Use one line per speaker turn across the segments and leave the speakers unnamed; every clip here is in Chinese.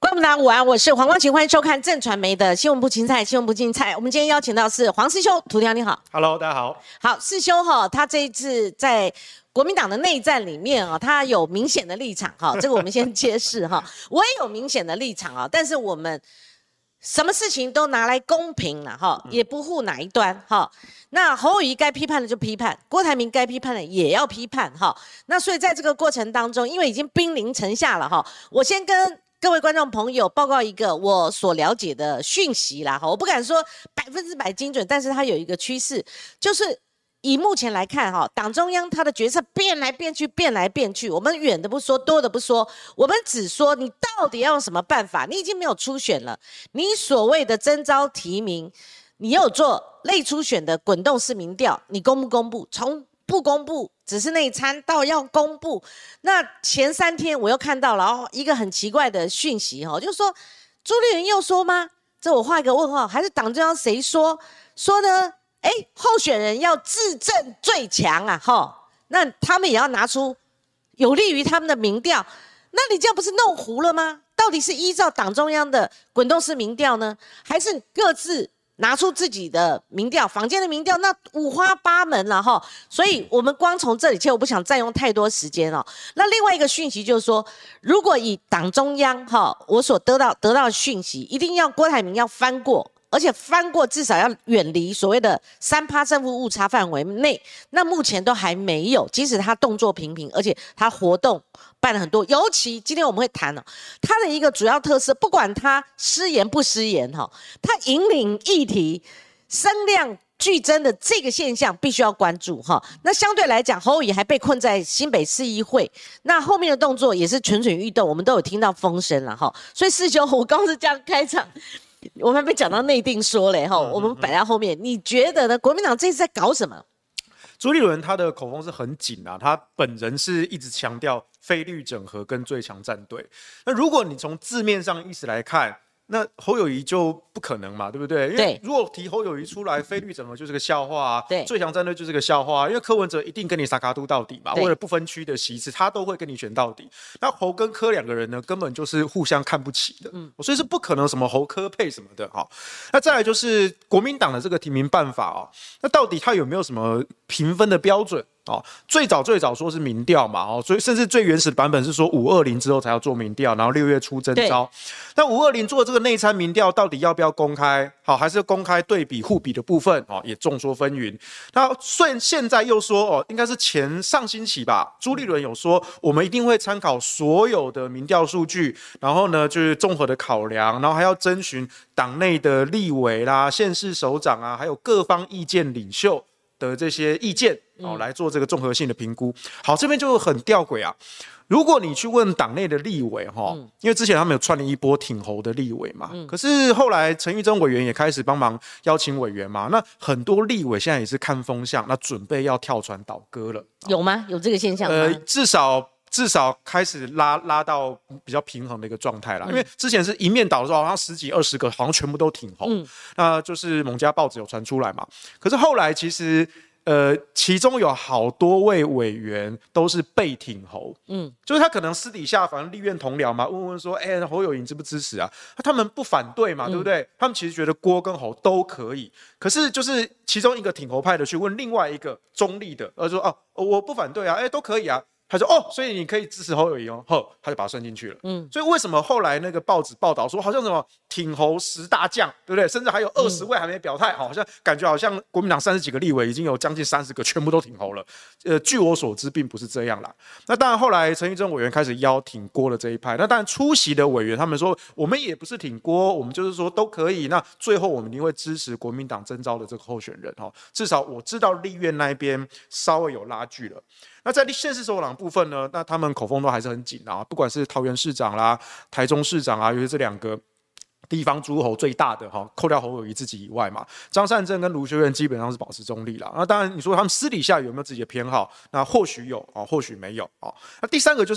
观众大家午安，我是黄光芹，欢迎收看正传媒的新闻部青菜，新闻部青菜。我们今天邀请到是黄世修，涂条你好。
Hello， 大家好。
好，世修他这一次在国民党的内战里面他有明显的立场这个我们先揭示我也有明显的立场但是我们什么事情都拿来公平了也不护哪一端那侯友宜该批判的就批判，郭台铭该批判的也要批判那所以在这个过程当中，因为已经兵临城下了我先跟各位观众朋友报告一个我所了解的讯息啦我不敢说100%精准，但是它有一个趋势，就是以目前来看党中央它的决策变来变去变来变去，我们远的不说，多的不说，我们只说你到底要用什么办法。你已经没有初选了，你所谓的征召提名，你有做类初选的滚动式民调，你公不公布？从不公布只是内参到要公布，那前3天我又看到了一个很奇怪的讯息就是说朱立伦又说吗？这我画一个问号，还是党中央谁说呢？候选人要自证最强那他们也要拿出有利于他们的民调，那你这样不是弄糊了吗？到底是依照党中央的滚动式民调呢，还是各自拿出自己的民调，坊间的民调，那五花八门了所以我们光从这里，其实我不想占用太多时间那另外一个讯息就是说，如果以党中央我所得到的讯息，一定要郭台铭要翻过，而且翻过至少要远离所谓的3%正负误差范围内，那目前都还没有。即使他动作频频，而且他活动办了很多，尤其今天我们会谈他的一个主要特色，不管他失言不失言他引领议题声量剧增的这个现象必须要关注那相对来讲，侯友宜还被困在新北市议会，那后面的动作也是蠢蠢欲动，我们都有听到风声了所以世修，我刚是这样开场。我们还没讲到内定说嘞我们摆在后面，你觉得呢？国民党这次在搞什么？
朱立伦他的口风是很紧他本人是一直强调非绿整合跟最强战队。那如果你从字面上意思来看，那侯友宜就不可能嘛，对不对？因为如果提侯友宜出来，非绿整合就是个笑话
对，
最强战队就是个笑话因为柯文哲一定跟你撒卡都到底嘛，为了不分区的席次，他都会跟你选到底。那侯跟柯2个人呢，根本就是互相看不起的，所以是不可能什么侯柯配什么的那再来就是国民党的这个提名办法那到底他有没有什么评分的标准？最早说是民调嘛所以甚至最原始的版本是说520之后才要做民调，然后6月初征召。那520做这个内参民调到底要不要公开？还是公开对比互比的部分也众说纷纭。那现在又说应该是上星期吧，朱立伦有说我们一定会参考所有的民调数据，然后呢就是综合的考量，然后还要征询党内的立委啦、县市首长还有各方意见领袖的这些意见来做这个综合性的评估。好，这边就很吊诡如果你去问党内的立委因为之前他们有串了一波挺侯的立委嘛可是后来陈玉珍委员也开始帮忙邀请委员嘛，那很多立委现在也是看风向，那准备要跳船倒戈了。
有吗？有这个现象吗？
至少开始拉到比较平衡的一个状态啦，因为之前是一面倒的时候，好像10几20个好像全部都挺侯那就是某家报纸有传出来嘛。可是后来其实其中有好多位委员都是被挺侯就是他可能私底下反正立院同僚嘛，问说侯友宜支不支持他们不反对嘛对不对？他们其实觉得郭跟侯都可以，可是就是其中一个挺侯派的去问另外一个中立的说我不反对都可以他说所以你可以支持侯友宜他就把它算进去了所以为什么后来那个报纸报道说好像什么挺侯10大将对不对？甚至还有20位还没表态好像感觉好像国民党30几个立委已经有将近30个全部都挺侯了据我所知并不是这样啦。那当然后来陈玉珍委员开始邀挺郭的这一派，那当然出席的委员他们说我们也不是挺郭，我们就是说都可以，那最后我们一定会支持国民党征召的这个候选人至少我知道立院那边稍微有拉锯了。那在县市首长部分呢，那他们口风都还是很紧不管是桃园市长啦、台中市长尤其这2个地方诸侯最大的扣掉侯友宜自己以外嘛，张善政跟卢秀燕基本上是保持中立啦。那当然你说他们私底下有没有自己的偏好？那或许有或许没有那第3个就是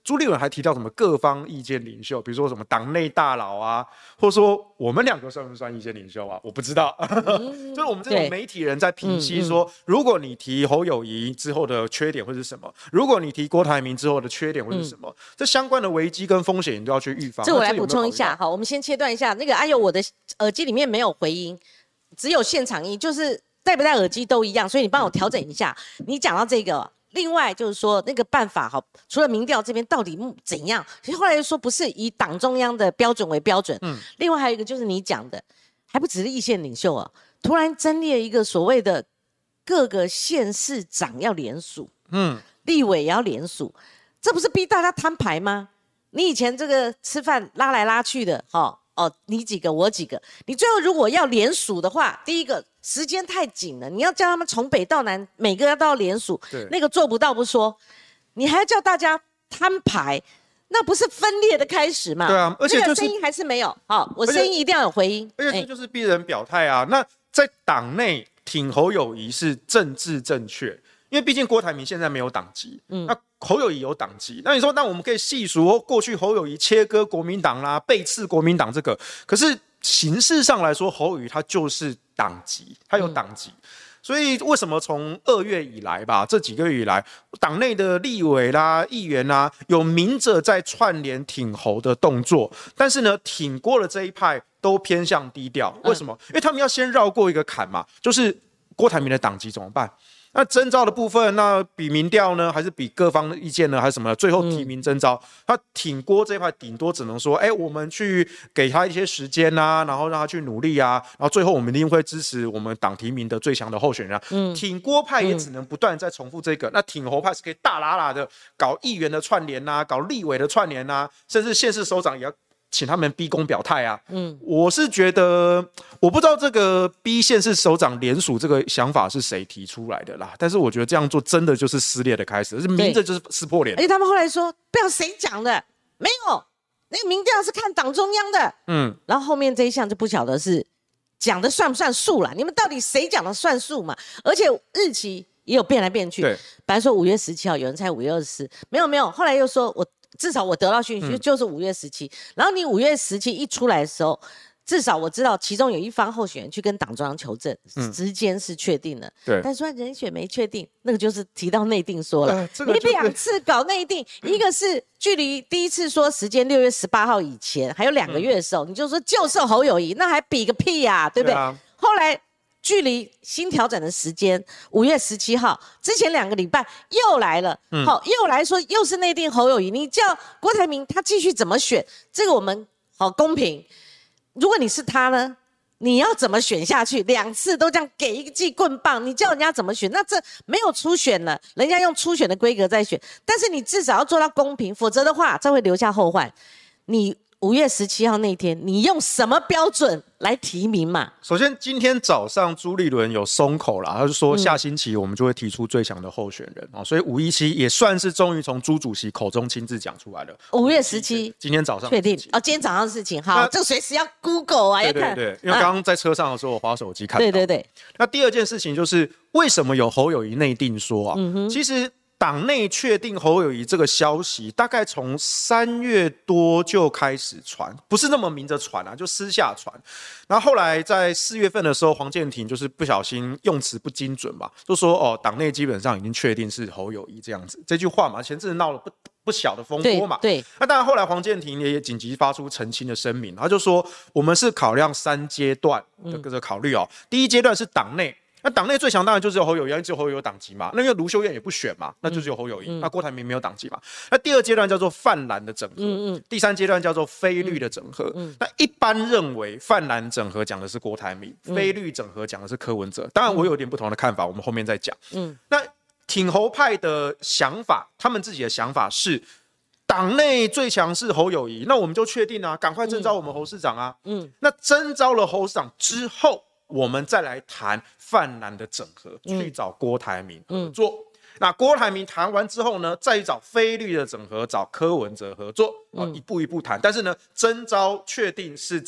朱立伦还提到什么各方意见领袖，比如说什么党内大佬啊，或者说我们两个算不算意见领袖啊？我不知道，就是我们这种媒体人在评析说，如果你提侯友宜之后的缺点会是什么，如果你提郭台铭之后的缺点会是什么，这相关的危机跟风险你都要去预防。
这我来补充一下，好，我们先切断一下那个。哎呦，我的耳机里面没有回音，只有现场音，就是戴不戴耳机都一样，所以你帮我调整一下。你讲到这个。另外就是说那个办法哈，除了民调这边到底怎样，其实后来又说不是以党中央的标准为标准。另外还有一个就是你讲的，还不只是意见领袖啊，突然增列一个所谓的各个县市长要联署，立委也要联署，这不是逼大家摊牌吗？你以前这个吃饭拉来拉去的，你几个我几个，你最后如果要联署的话，第一个时间太紧了，你要叫他们从北到南每个都要联署，那个做不到不说，你还要叫大家摊牌，那不是分裂的开始吗？
对啊，而且、就是、
声音还是没有，我声音一定要有回音，
而且这就是逼人表态啊。那在党内挺侯友宜是政治正确，因为毕竟郭台铭现在没有党籍，那侯友宜有党籍，那你说，那我们可以细数过去侯友宜切割国民党啦，背刺国民党这个，可是形式上来说，侯友宜他就是党籍，他有党籍。所以为什么从2月以来吧，这几个月以来，党内的立委啦、议员啦，有明着在串联挺侯的动作，但是呢，挺郭的这一派都偏向低调。为什么？因为他们要先绕过一个坎嘛，就是郭台铭的党籍怎么办？那征召的部分，那比民调呢，还是比各方的意见呢，还是什么？最后提名征召，他挺郭这一派，顶多只能说，我们去给他一些时间啊，然后让他去努力啊，然后最后我们一定会支持我们党提名的最强的候选人啊。挺郭派也只能不断在重复这个，那挺侯派是可以大喇喇的搞议员的串联啊，搞立委的串联啊，甚至县市首长也要请他们逼宫表态啊。我是觉得，我不知道这个逼县市首长联署这个想法是谁提出来的啦，但是我觉得这样做真的就是撕裂的开始，明着就是撕破脸。
而且他们后来说，不知道谁讲的，没有，那个民调是看党中央的。然后后面这一项就不晓得是讲的算不算数啦，你们到底谁讲的算数嘛？而且日期也有变来变去，本来说5月17号，有人猜5月24，没有，后来又说至少我得到讯息就是5月17，然后你5月17一出来的时候，至少我知道其中有一方候选人去跟党中央求证，时间是确定的，但说人选没确定，那个就是提到内定说了，你2次搞内定，一个是距离第一次说时间6月18号以前还有2个月的时候，你就说就是侯友宜，那还比个屁呀，对不对？后来距离新调整的时间5月17号之前2个礼拜又来了，又来说又是内定侯友宜，你叫郭台铭他继续怎么选？这个我们好公平。如果你是他呢，你要怎么选下去？2次都这样给一记棍棒，你叫人家怎么选？那这没有初选了，人家用初选的规格在选，但是你至少要做到公平，否则的话这会留下后患。你5月17号那天，你用什么标准来提名嘛？
首先，今天早上朱立伦有松口了，他就说下星期我们就会提出最强的候选人所以517也算是终于从朱主席口中亲自讲出来了。
5月17，
今天早上
确定今天早上的事情，好，这随时要 Google 啊，要看。
对，因为刚刚在车上的时候我滑手机看到。
对。
那第二件事情就是为什么有侯友宜内定说其实党内确定侯友宜这个消息，大概从3月多就开始传，不是那么明着传就私下传。然后后来在4月份的时候，黄健庭就是不小心用词不精准嘛，就说党内基本上已经确定是侯友宜这样子。这句话嘛，前阵子闹了不小的风波嘛。
对。
那当然后来黄健庭也紧急发出澄清的声明，他就说我们是考量3阶段的这个考虑第一阶段是党内。那党内最强当然就只有侯友宜，因为只有侯友宜有党籍嘛。那因为卢秀燕也不选嘛，那就只有侯友宜。那郭台铭没有党籍嘛。那第二阶段叫做泛蓝的整合，第3阶段叫做非绿的整合。那一般认为泛蓝整合讲的是郭台铭，非绿整合讲的是柯文哲。当然我有点不同的看法，我们后面再讲。那挺侯派的想法，他们自己的想法是党内最强是侯友宜，那我们就确定赶快征召我们侯市长啊。那征召了侯市长之后，我们再来谈泛蓝的整合，去找郭台铭合作。那郭台铭谈完之后呢，再去找非绿的整合，找柯文哲合作，一步一步谈。但是呢，征召确定是在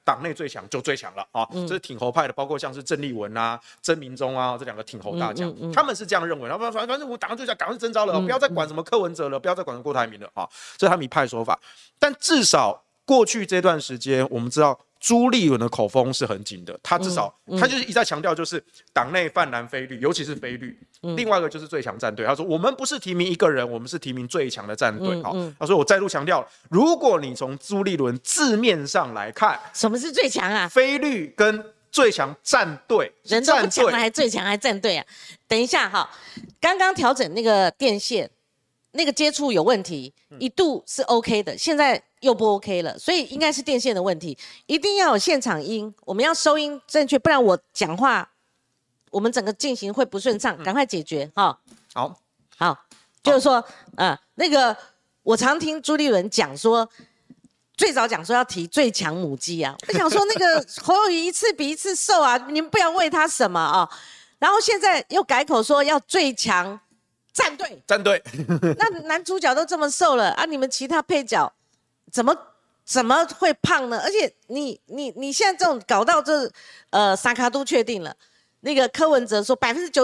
党内最强就最强了啊，这是挺侯派的，包括像是郑丽文啊、曾明忠啊这2个挺侯大将，他们是这样认为。然后反正我党内最强，赶快征召了，不要再管什么柯文哲了，不要再管郭台铭了啊，这是他们一派说法。但至少过去这段时间，我们知道朱立伦的口风是很紧的，他至少他就是一再强调，就是党内泛蓝非绿，尤其是非绿。另外一个就是最强战队，他说我们不是提名一个人，我们是提名最强的战队。他说我再度强调，如果你从朱立伦字面上来看，
什么是最强啊？
非绿跟最强战队，
人都不强了，还最强还战队啊？等一下哈，刚刚调整那个电线，那个接触有问题，一度是 OK 的，现在又不 OK 了，所以应该是电线的问题，一定要有现场音，我们要收音正确，不然我讲话。我们整个进行会不顺畅，赶快解决哈。好，就是说，那个我常听朱立伦讲说，最早讲说要提最强母鸡啊，我想说那个侯友宜一次比一次瘦啊，你们不要喂他什么啊。然后现在又改口说要最强战队，那男主角都这么瘦了啊，你们其他配角怎么会胖呢？而且你现在这种搞到这沙卡都确定了。那个柯文哲说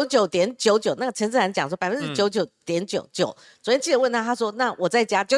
99.99%，那个陈志涵讲说99.99%。昨天记者问他，他说：“那我再加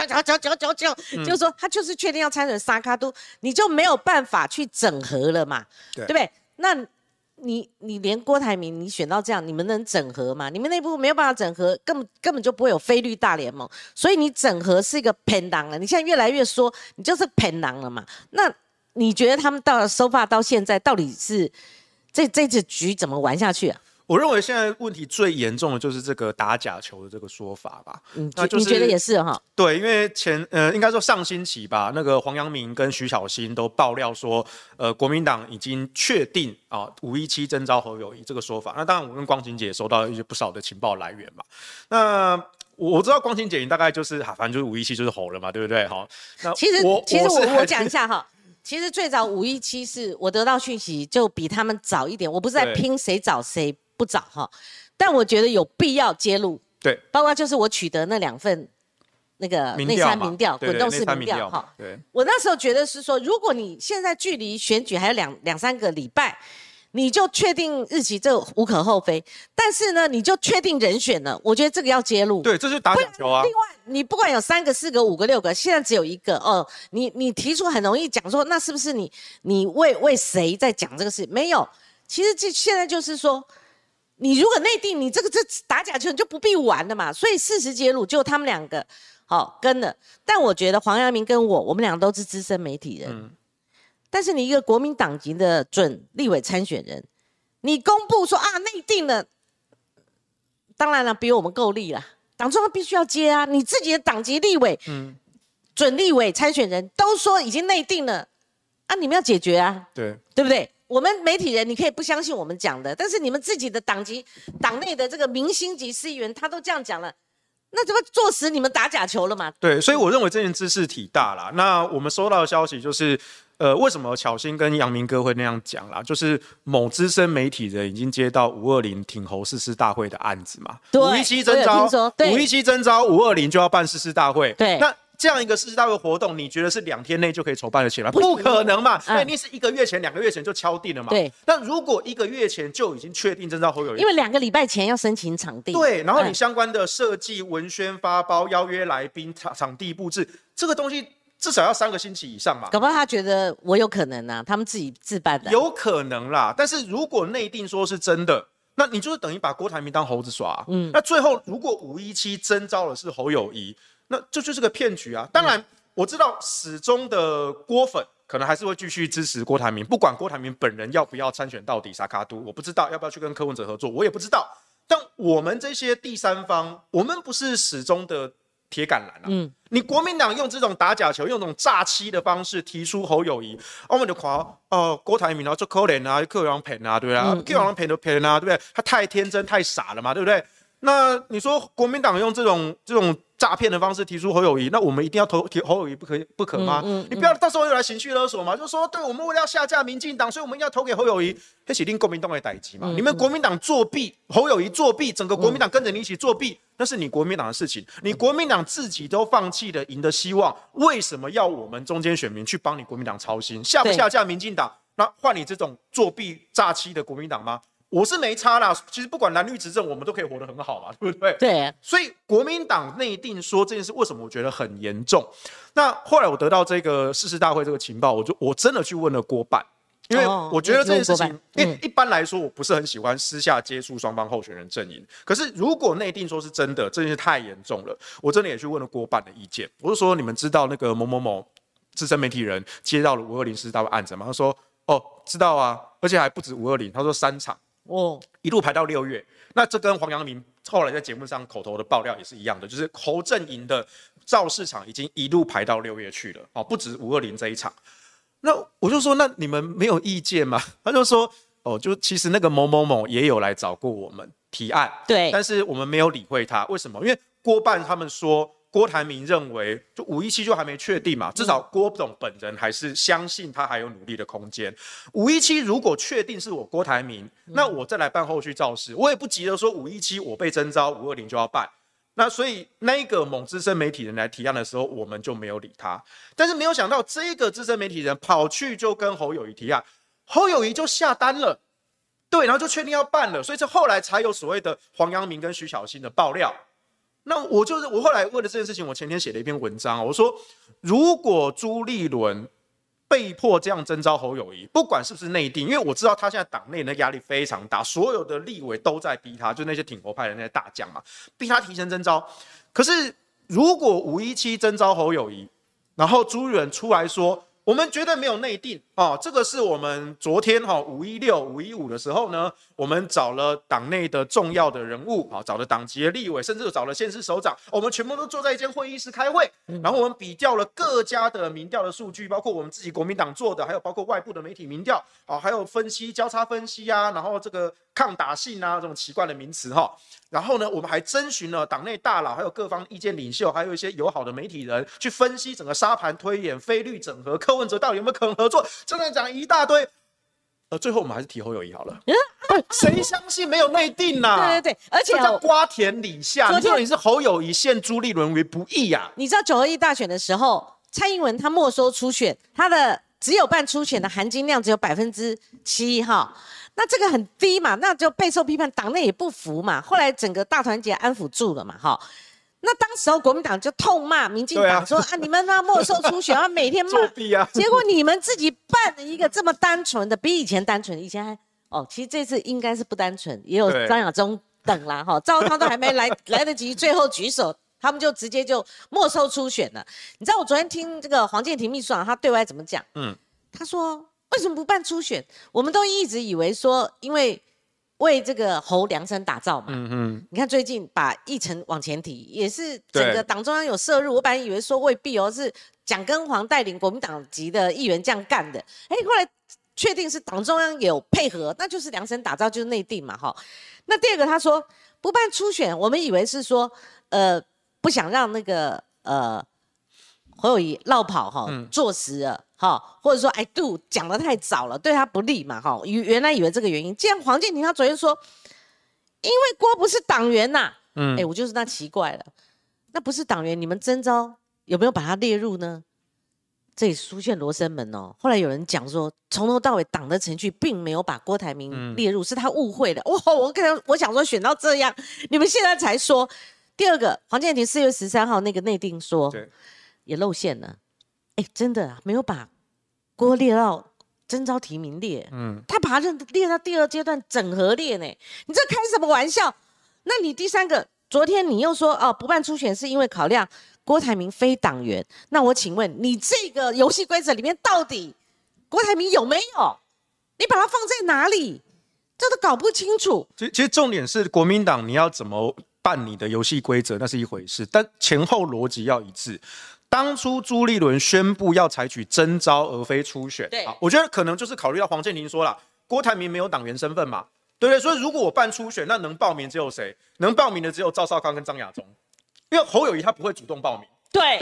999999999，就是说他就是确定要参选沙卡都，你就没有办法去整合了嘛，对不对？那你连郭台铭你选到这样，你们能整合吗？你们内部没有办法整合，根本就不会有非绿大联盟，所以你整合是一个偏党了。你现在越来越说你就是偏党了嘛？那你觉得他们到了收发到现在到底是？”这支局怎么玩下去啊？
我认为现在问题最严重的就是这个打假球的这个说法吧。
那就是、你觉得也是哈？
对，因为应该说上星期吧，那个黄阳明跟徐小新都爆料说，国民党已经确定啊517征召侯友宜这个说法。那当然，我跟光晴姐也收到一些不少的情报来源嘛。那我知道光晴姐你大概就是反正就是517就是侯了嘛，对不对？好，那
其实我讲一下哈。其实最早517是我得到讯息就比他们早一点，我不是在拼谁早谁不早哈，但我觉得有必要揭露，
对，
包括就是我取得那2份那个内参民调、滚动式民调哈，
对，
我那时候觉得是说，如果你现在距离选举还有两三个礼拜。你就确定日期，这无可厚非。但是呢，你就确定人选了，我觉得这个要揭露。
对，这是打假球啊。
另外，你不管有3个、4个、5个、6个，现在只有1个哦。你提出很容易讲说，那是不是你为谁在讲这个事？没有，其实现在就是说，你如果内定，你这打假球你就不必玩了嘛。所以事实揭露，就他们2个好跟了。但我觉得黄阳明跟我们俩都是资深媒体人。但是你一个国民党籍的准立委参选人，你公布说内定了，当然了，比我们够力啦。党中央必须要接啊，你自己的党籍立委、准立委参选人都说已经内定了，你们要解决啊，对不对？我们媒体人你可以不相信我们讲的，但是你们自己的党内的这个明星级市议员他都这样讲了。那怎么坐实你们打假球了嘛？
对，所以我认为这件知识体大啦。那我们收到的消息就是，为什么巧芯跟阳明哥会那样讲啦？就是某资深媒体人已经接到520挺侯誓师大会的案子嘛。
对
，517征召，517征召，520就要办誓师大会。
对，
那这样一个誓师大会活动，你觉得是2天内就可以筹办得起来？不可能嘛！那一定是1个月前、2个月前就敲定了嘛。
对。
那如果1个月前就已经确定征召侯友宜，
因为2个礼拜前要申请场地。
对，然后你相关的设计、文宣、发包、邀约来宾、场地布置，这个东西至少要3个星期以上嘛。
搞不好他觉得我有可能啊，他们自己自办的。
有可能啦，但是如果内定说是真的，那你就是等于把郭台铭当猴子耍。那最后如果517征召的是侯友宜，那这就是个骗局啊！当然。我知道始终的郭粉可能还是会继续支持郭台铭，不管郭台铭本人要不要参选到底沙卡都，我不知道要不要去跟柯文哲合作，我也不知道。但我们这些第三方，我们不是始终的铁杆蓝啊。你国民党用这种打假球、用这种诈欺的方式提出侯友宜，我们就夸郭台铭就可怜啊，柯阳骗啊，对不对？柯阳骗都骗啊，对不对？他太天真、太傻了嘛，对不对？那你说国民党用这种诈骗的方式提出侯友宜，那我们一定要投侯友宜不可吗？你不要到时候又来情绪勒索嘛，就说对我们为了要下架民进党，所以我们要投给侯友宜，这是令国民党的代志嘛。你们国民党作弊，侯友宜作弊，整个国民党跟着你一起作弊， 那是你国民党的事情，你国民党自己都放弃了赢的希望，为什么要我们中间选民去帮你国民党操心？下不下架民进党，那换你这种作弊诈欺的国民党吗？我是没差啦，其实不管蓝绿执政，我们都可以活得很好嘛，对不对？
对。
所以国民党内定说这件事，为什么我觉得很严重？那后来我得到这个誓师大会这个情报，我真的去问了郭办。因为我觉得这件事情，一般来说我不是很喜欢私下接触双方候选人阵营。可是如果内定说是真的，这件事太严重了，我真的也去问了郭办的意见。我就说，你们知道那个某某某资深媒体人接到了520誓师大会案子吗？他说，哦，知道啊，而且还不止520，他说3场，一路排到6月。那这跟黄阳明后来在节目上口头的爆料也是一样的，就是侯阵营的造势场已经一路排到6月去了，不止520这一场。那我就说，那你们没有意见吗？他就说，就其实那个某某某也有来找过我们提案，
对，
但是我们没有理会他。为什么？因为郭办他们说，郭台铭认为，就517就还没确定嘛，至少郭董本人还是相信他还有努力的空间。517如果确定是我郭台铭，那我再来办后续造势，我也不急着说517我被征召，520就要办。那所以那个某资深媒体人来提案的时候，我们就没有理他。但是没有想到，这个资深媒体人跑去就跟侯友宜提案，侯友宜就下单了，对，然后就确定要办了。所以这后来才有所谓的黄阳明跟徐小新的爆料。那我后来为了这件事情，我前天写了一篇文章，我说如果朱立伦被迫这样征召侯友宜，不管是不是内定，因为我知道他现在党内的压力非常大，所有的立委都在逼他，就那些挺侯派的那些大将嘛，逼他提前征召。可是如果517征召侯友宜，然后朱立伦出来说，我们绝对没有内定这个是我们昨天516、515的时候呢，我们找了党内的重要的人物找了党籍的立委，甚至找了县市首长，我们全部都坐在一间会议室开会，然后我们比较了各家的民调的数据，包括我们自己国民党做的，还有包括外部的媒体民调还有分析交叉分析啊，然后这个抗打性啊这种奇怪的名词然后呢，我们还征询了党内大佬，还有各方意见领袖，还有一些友好的媒体人，去分析整个沙盘推演、非律整合、柯文哲到底有没有可能合作，真的讲一大堆。最后我们还是提侯友宜好了。谁相信没有内定啊？
对，而且
这叫瓜田李下。你知道你是侯友宜陷朱立伦于不义啊？
你知道921大选的时候，蔡英文他没收初选，他的只有办初选的含金量只有7%哈。那这个很低嘛，那就备受批判，党内也不服嘛。后来整个大团结安抚住了嘛，那当时候国民党就痛骂民进党说你们没收初选，每天骂
作弊啊。
结果你们自己办了一个这么单纯的，比以前单纯，以前还其实这次应该是不单纯，也有张亚中等啦赵康都还没来得及最后举手，他们就直接就没收初选了。你知道我昨天听这个黄健庭秘书长他对外怎么讲？他说。为什么不办初选？我们都一直以为说，因为为这个侯量身打造嘛。你看最近把议程往前提，也是整个党中央有涉入。我本来以为说未必是蒋根煌带领国民党籍的议员这样干的。后来确定是党中央有配合，那就是量身打造，就是内定嘛。那第二个他说不办初选，我们以为是说不想让那个侯友宜落跑坐实了。或者说讲得太早了，对他不利嘛原来以为这个原因，既然黄健庭他昨天说，因为郭不是党员呐，我就是那奇怪了，那不是党员，你们征召有没有把他列入呢？这里出现罗生门后来有人讲说，从头到尾党的程序并没有把郭台铭列入，是他误会了。我想说选到这样，你们现在才说。第二个，黄健庭4月13号那个内定说也露馅了，真的没有把郭列到征召提名列，他把他列到第2阶段整合列呢，你这开什么玩笑？那你第三个，昨天你又说不办初选是因为考量郭台铭非党员，那我请问你这个游戏规则里面到底郭台铭有没有？你把它放在哪里？这都搞不清楚。
其实重点是国民党你要怎么办你的游戏规则那是一回事，但前后逻辑要一致。当初朱立伦宣布要采取征召而非初选，我觉得可能就是考虑到黄健庭说了，郭台铭没有党员身份嘛，对不对？所以如果我办初选，那能报名只有谁？能报名的只有赵少康跟张亚中，因为侯友宜他不会主动报名，对不对？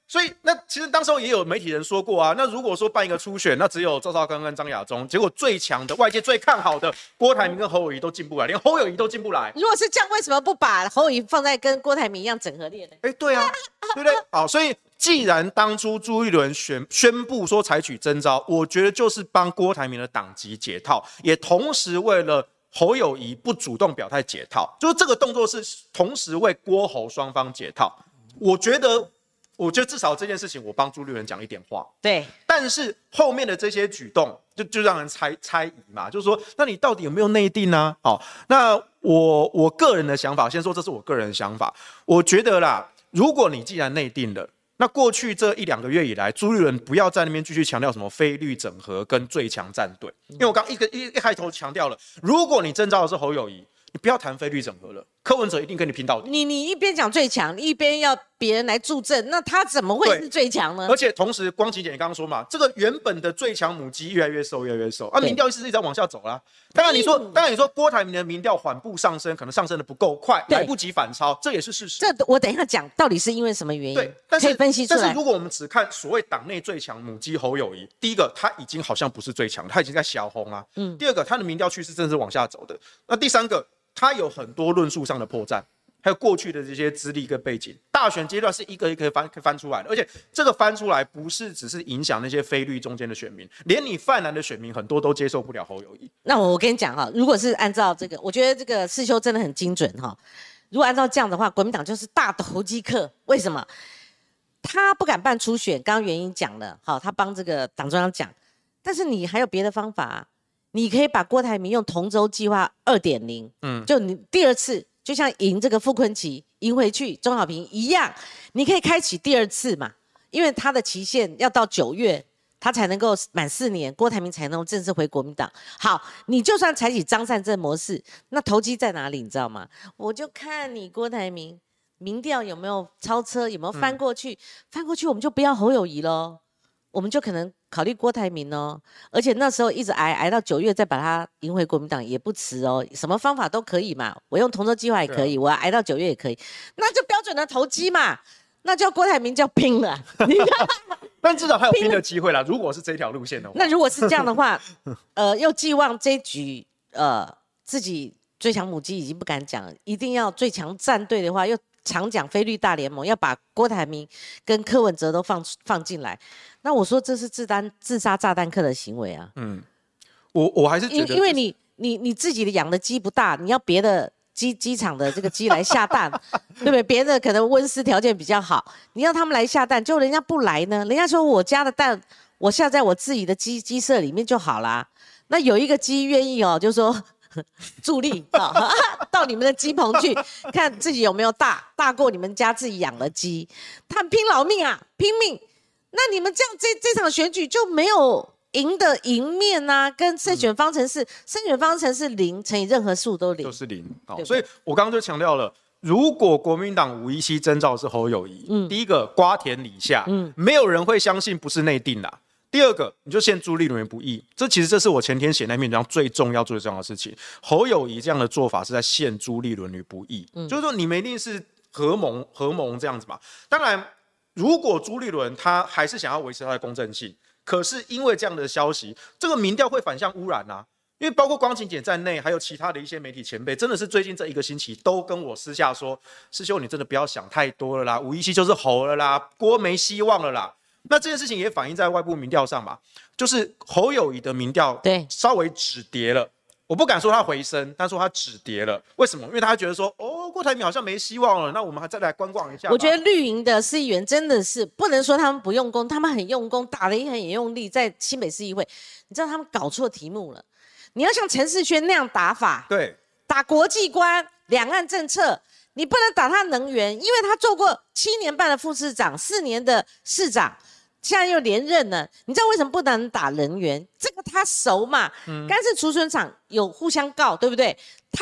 所以那其实当时候也有媒体人说过啊，那如果说办一个初选，那只有赵少康跟张亚中，结果最强的外界最看好的郭台铭跟侯友宜都进不来，连侯友宜都进不来。
如果是这样，为什么不把侯友宜放在跟郭台铭一样整合列呢？
对啊，对不对？好，所以既然当初朱立伦宣布说采取征召，我觉得就是帮郭台铭的党籍解套，也同时为了侯友宜不主动表态解套，就是这个动作是同时为郭侯双方解套。我觉得至少这件事情，我帮朱立伦讲一点话。
对，
但是后面的这些举动就让人猜疑嘛，就是说，那你到底有没有内定呢？好，那我个人的想法，先说这是我个人的想法，我觉得啦，如果你既然内定了，那过去这1-2个月以来，朱立伦不要在那边继续强调什么非绿整合跟最强战队，因为我刚一开头强调了，如果你征召的是侯友宜，你不要谈非绿整合了，柯文哲一定跟你拼到底。
你一边讲最强，一边要别人来助阵，那他怎么会是最强呢？
而且同时，光晴姐你刚刚说嘛，这个原本的最强母鸡越来越瘦，越来越瘦啊，民调一直在往下走啦。当然你说郭台铭的民调缓步上升，可能上升的不够快，来不及反超，这也是事实。
这我等一下讲，到底是因为什么原因？
对，
可以分析出来。
但是如果我们只看所谓党内最强母鸡侯友宜，第一个他已经好像不是最强，他已经在小红啊。第二个，他的民调趋势真的是往下走的。那第三个，他有很多论述上的破绽，还有过去的这些资历跟背景，大选阶段是一个一个翻出来的，而且这个翻出来不是只是影响那些非绿中间的选民，连你泛蓝的选民很多都接受不了侯友宜。
那我跟你讲哈，如果是按照这个，我觉得这个世修真的很精准哈。如果按照这样的话，国民党就是大投机客。为什么？他不敢办初选，刚刚原因讲了，好，他帮这个党中央讲，但是你还有别的方法啊。你可以把郭台铭用同舟计划2.0，就你第二次，就像赢这个傅崐萁赢回去钟小平一样，你可以开启第二次嘛，因为他的期限要到9月，他才能够满4年，郭台铭才能够正式回国民党。好，你就算采取张善政模式，那投机在哪里？你知道吗？我就看你郭台铭民调有没有超车，有没有翻过去，翻过去我们就不要侯友宜咯，我们就可能考虑郭台铭哦，而且那时候一直挨到9月再把他赢回国民党也不迟哦，什么方法都可以嘛，我用同舟计划也可以，我挨到9月也可以，那就标准的投机嘛，那叫郭台铭叫拼了，
但至少还有拼的机会啦。如果是这条路线的话，
那如果是这样的话，又寄望这局自己最强母鸡已经不敢讲，一定要最强战队的话，又常讲非绿大联盟，要把郭台铭跟柯文哲都放进来。那我说这是自杀炸弹客的行为啊！
我还是觉得，
因为你自己的养的鸡不大，你要别的鸡场的这个鸡来下蛋，对不对？别的可能温室条件比较好，你要他们来下蛋，就人家不来呢？人家说我家的蛋我下在我自己的鸡舍里面就好啦。那有一个鸡愿意就说助力到你们的鸡棚去看自己有没有大过你们家自己养的鸡，他们拼老命啊，拼命。那你们这样这场选举就没有赢的赢面啊，跟胜选方程式0乘以任何数都0，
就是0。好，所以我刚刚就强调了，如果国民党517征召是侯友宜，第一个瓜田李下，没有人会相信不是内定啦。第二个，你就陷朱立伦不义，这是我前天写那篇文章最重要的事情。侯友宜这样的做法是在陷朱立伦于不义，就是说你们一定是合盟这样子嘛。当然，如果朱立伦他还是想要维持他的公正性，可是因为这样的消息，这个民调会反向污染啊。因为包括光晴姐在内，还有其他的一些媒体前辈，真的是最近这1个星期都跟我私下说：“师兄，你真的不要想太多了啦，517就是侯了啦，郭没希望了啦。”那这件事情也反映在外部民调上嘛，就是侯友宜的民调稍微止跌了。我不敢说他回升，但说他止跌了。为什么？因为他觉得说，郭台铭好像没希望了，那我们还再来观望一下吧。
我觉得绿营的市议员真的是不能说他们不用功，他们很用功，打得也很用力，在新北市议会，你知道他们搞错题目了。你要像陈世轩那样打法，
对，
打国际观、两岸政策，你不能打他能源，因为他做过7年半的副市长，4年的市长。现在又连任了，你知道为什么不能打能源？这个他熟嘛，干式储存厂有互相告，对不对？他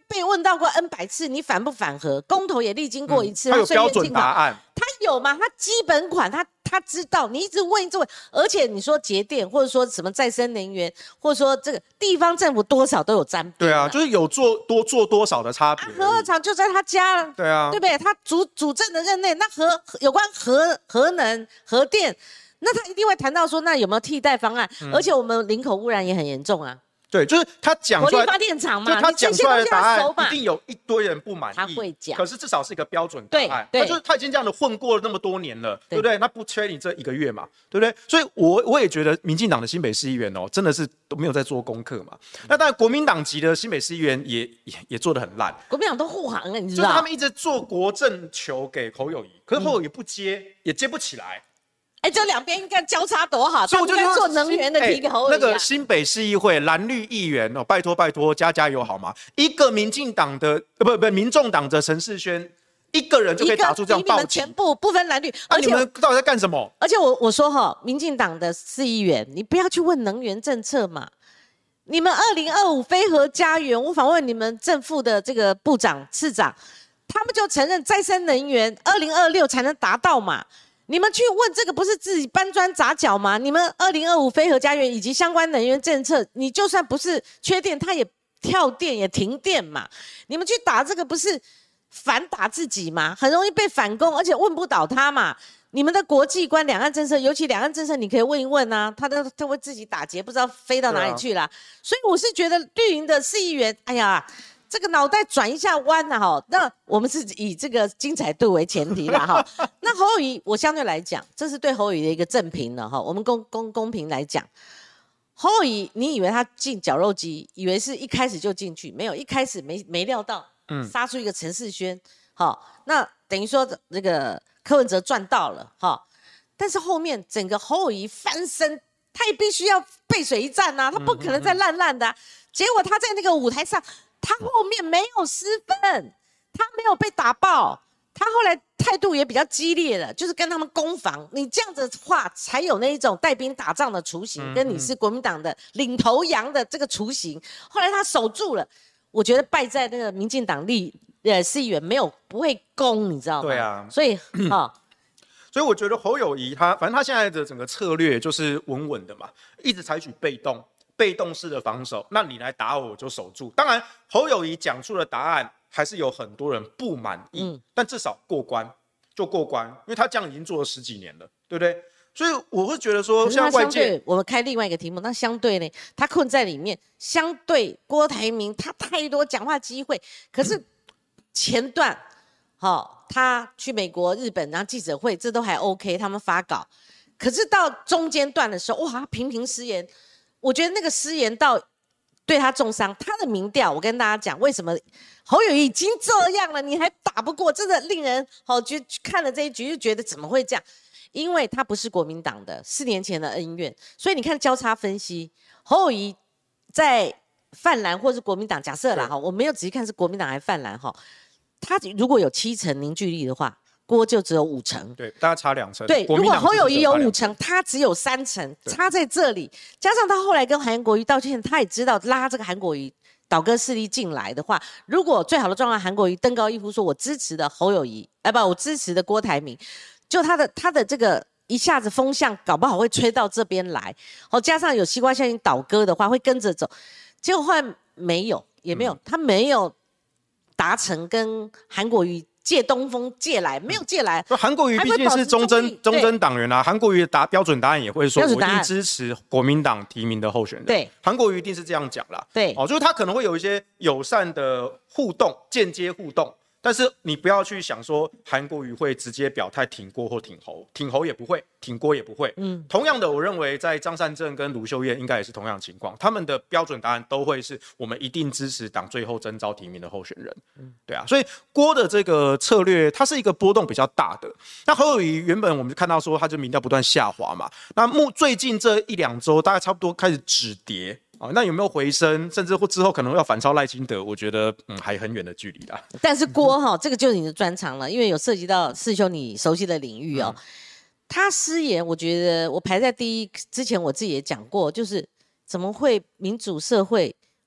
被问到过 N 百次，你反不反核？公投也历经过一次，
他有标准答案，
他有吗？他基本款他知道，你一直问一直问，而且你说节电或者说什么再生能源，或者说这个地方政府多少都有沾边。
对啊，就是有做多少的差别。
核二厂就在他家，
对啊，
对不对？他主政的任内，那有关核能、核电，那他一定会谈到说，那有没有替代方案？而且我们林口污染也很严重啊。
对，就是他讲出来，
火力发电厂嘛，
就他讲出来的答案
一
定有一堆人不满意，
他会讲，
可是至少是一个标准答案。
对，
他已经这样的混过了那么多年了，对不对？那不缺你这1个月嘛，对不对？所以我也觉得民进党的新北市议员哦，真的是都没有在做功课嘛。那当然国民党籍的新北市议员也做得很烂，
国民党都护航了，你知道？
就是他们一直做国政球给侯友宜，可是侯友宜不接，也接不起来。
这两边应该交叉多好，
所以我就
做能源的提给侯友宜。
那个新北市议会蓝绿议员哦，拜托加油好吗？一个民进党的民众党的陈世轩，一个人就可以打出这样暴击，
全部不分蓝绿。
而且你们到底在干什么？
而且我说民进党的市议员，你不要去问能源政策嘛。你们2025非核家园，我访问你们正副的这个部长、次长，他们就承认再生能源2026才能达到嘛。你们去问这个不是自己搬砖砸脚吗？你们2025非核家园以及相关能源政策，你就算不是缺电，它也跳电也停电嘛。你们去打这个不是反打自己吗？很容易被反攻，而且问不倒他嘛。你们的国际观、两岸政策，尤其两岸政策，你可以问一问啊，他会自己打结，不知道飞到哪里去啦。所以我是觉得绿营的市议员，哎呀。这个脑袋转一下弯了哈，那我们是以这个精彩度为前提啦哈。那侯友宜，我相对来讲，这是对侯友宜的一个正评了哈。我们公平来讲，侯友宜，你以为他进绞肉机，以为是一开始就进去，没有，一开始没料到，杀出一个陈世轩，那等于说这个柯文哲赚到了哈。但是后面整个侯友宜翻身，他也必须要背水一战啊，他不可能再烂的结果他在那个舞台上。他后面没有失分，他没有被打爆，他后来态度也比较激烈了，就是跟他们攻防。你这样子的话，才有那一种带兵打仗的雏形，跟你是国民党的领头羊的这个雏形。后来他守住了，我觉得败在那个民进党市议员不会攻，你知道吗？
对啊，
所以
所以我觉得侯友宜反正他现在的整个策略就是稳稳的嘛，一直采取被动式的防守，那你来打我就守住。当然，侯友宜讲出的答案还是有很多人不满意，但至少过关就过关，因为他这样已经做了10几年了，对不对？所以我会觉得说，像外界，
我们开另外一个题目，那相对呢，他困在里面，相对郭台铭他太多讲话机会，可是前段，他去美国、日本，然后记者会，这都还 OK， 他们发稿，可是到中间段的时候，哇，他频频失言。我觉得那个失言到对他重伤，他的民调，我跟大家讲，为什么侯友宜已经这样了，你还打不过，真的令人看了这一局就觉得怎么会这样？因为他不是国民党的4年前的恩怨，所以你看交叉分析，侯友宜在泛蓝或是国民党，假设啦我没有仔细看是国民党还是泛蓝他如果有7成凝聚力的话。郭就只有5成，
对，大概差2成。
对，如果侯友宜有5成，他只有3成，差在这里。加上他后来跟韩国瑜道歉，他也知道拉这个韩国瑜倒戈势力进来的话，如果最好的状况，韩国瑜登高一呼说，我支持的侯友宜，我支持的郭台铭，就他的这个一下子风向搞不好会吹到这边来。加上有西瓜效应倒戈的话，会跟着走。结果后来也没有，他没有达成跟韩国瑜。借东风借来没有借来，
韩国瑜毕竟是忠贞党员啊，韩国瑜的标准答案也会说，我一定支持国民党提名的候选人。
对，
韩国瑜一定是这样讲啦。
对，
就是他可能会有一些友善的互动，间接互动。但是你不要去想说韩国瑜会直接表态挺郭或挺侯也不会，挺郭也不会。同样的，我认为在张善政跟卢秀燕应该也是同样的情况，他们的标准答案都会是我们一定支持党最后征召提名的候选人。对啊，所以郭的这个策略，它是一个波动比较大的。那侯友宜原本我们看到说他就民调不断下滑嘛，那最近这1-2周大概差不多开始止跌。那有没有回升，甚至之后可能要反超赖清德？我觉得还很远的距离啦。
但是郭这个就是你的专长了，因为有涉及到世兄你熟悉的领域他失言，我觉得我排在第一。之前我自己也讲过，就是怎么会民主社会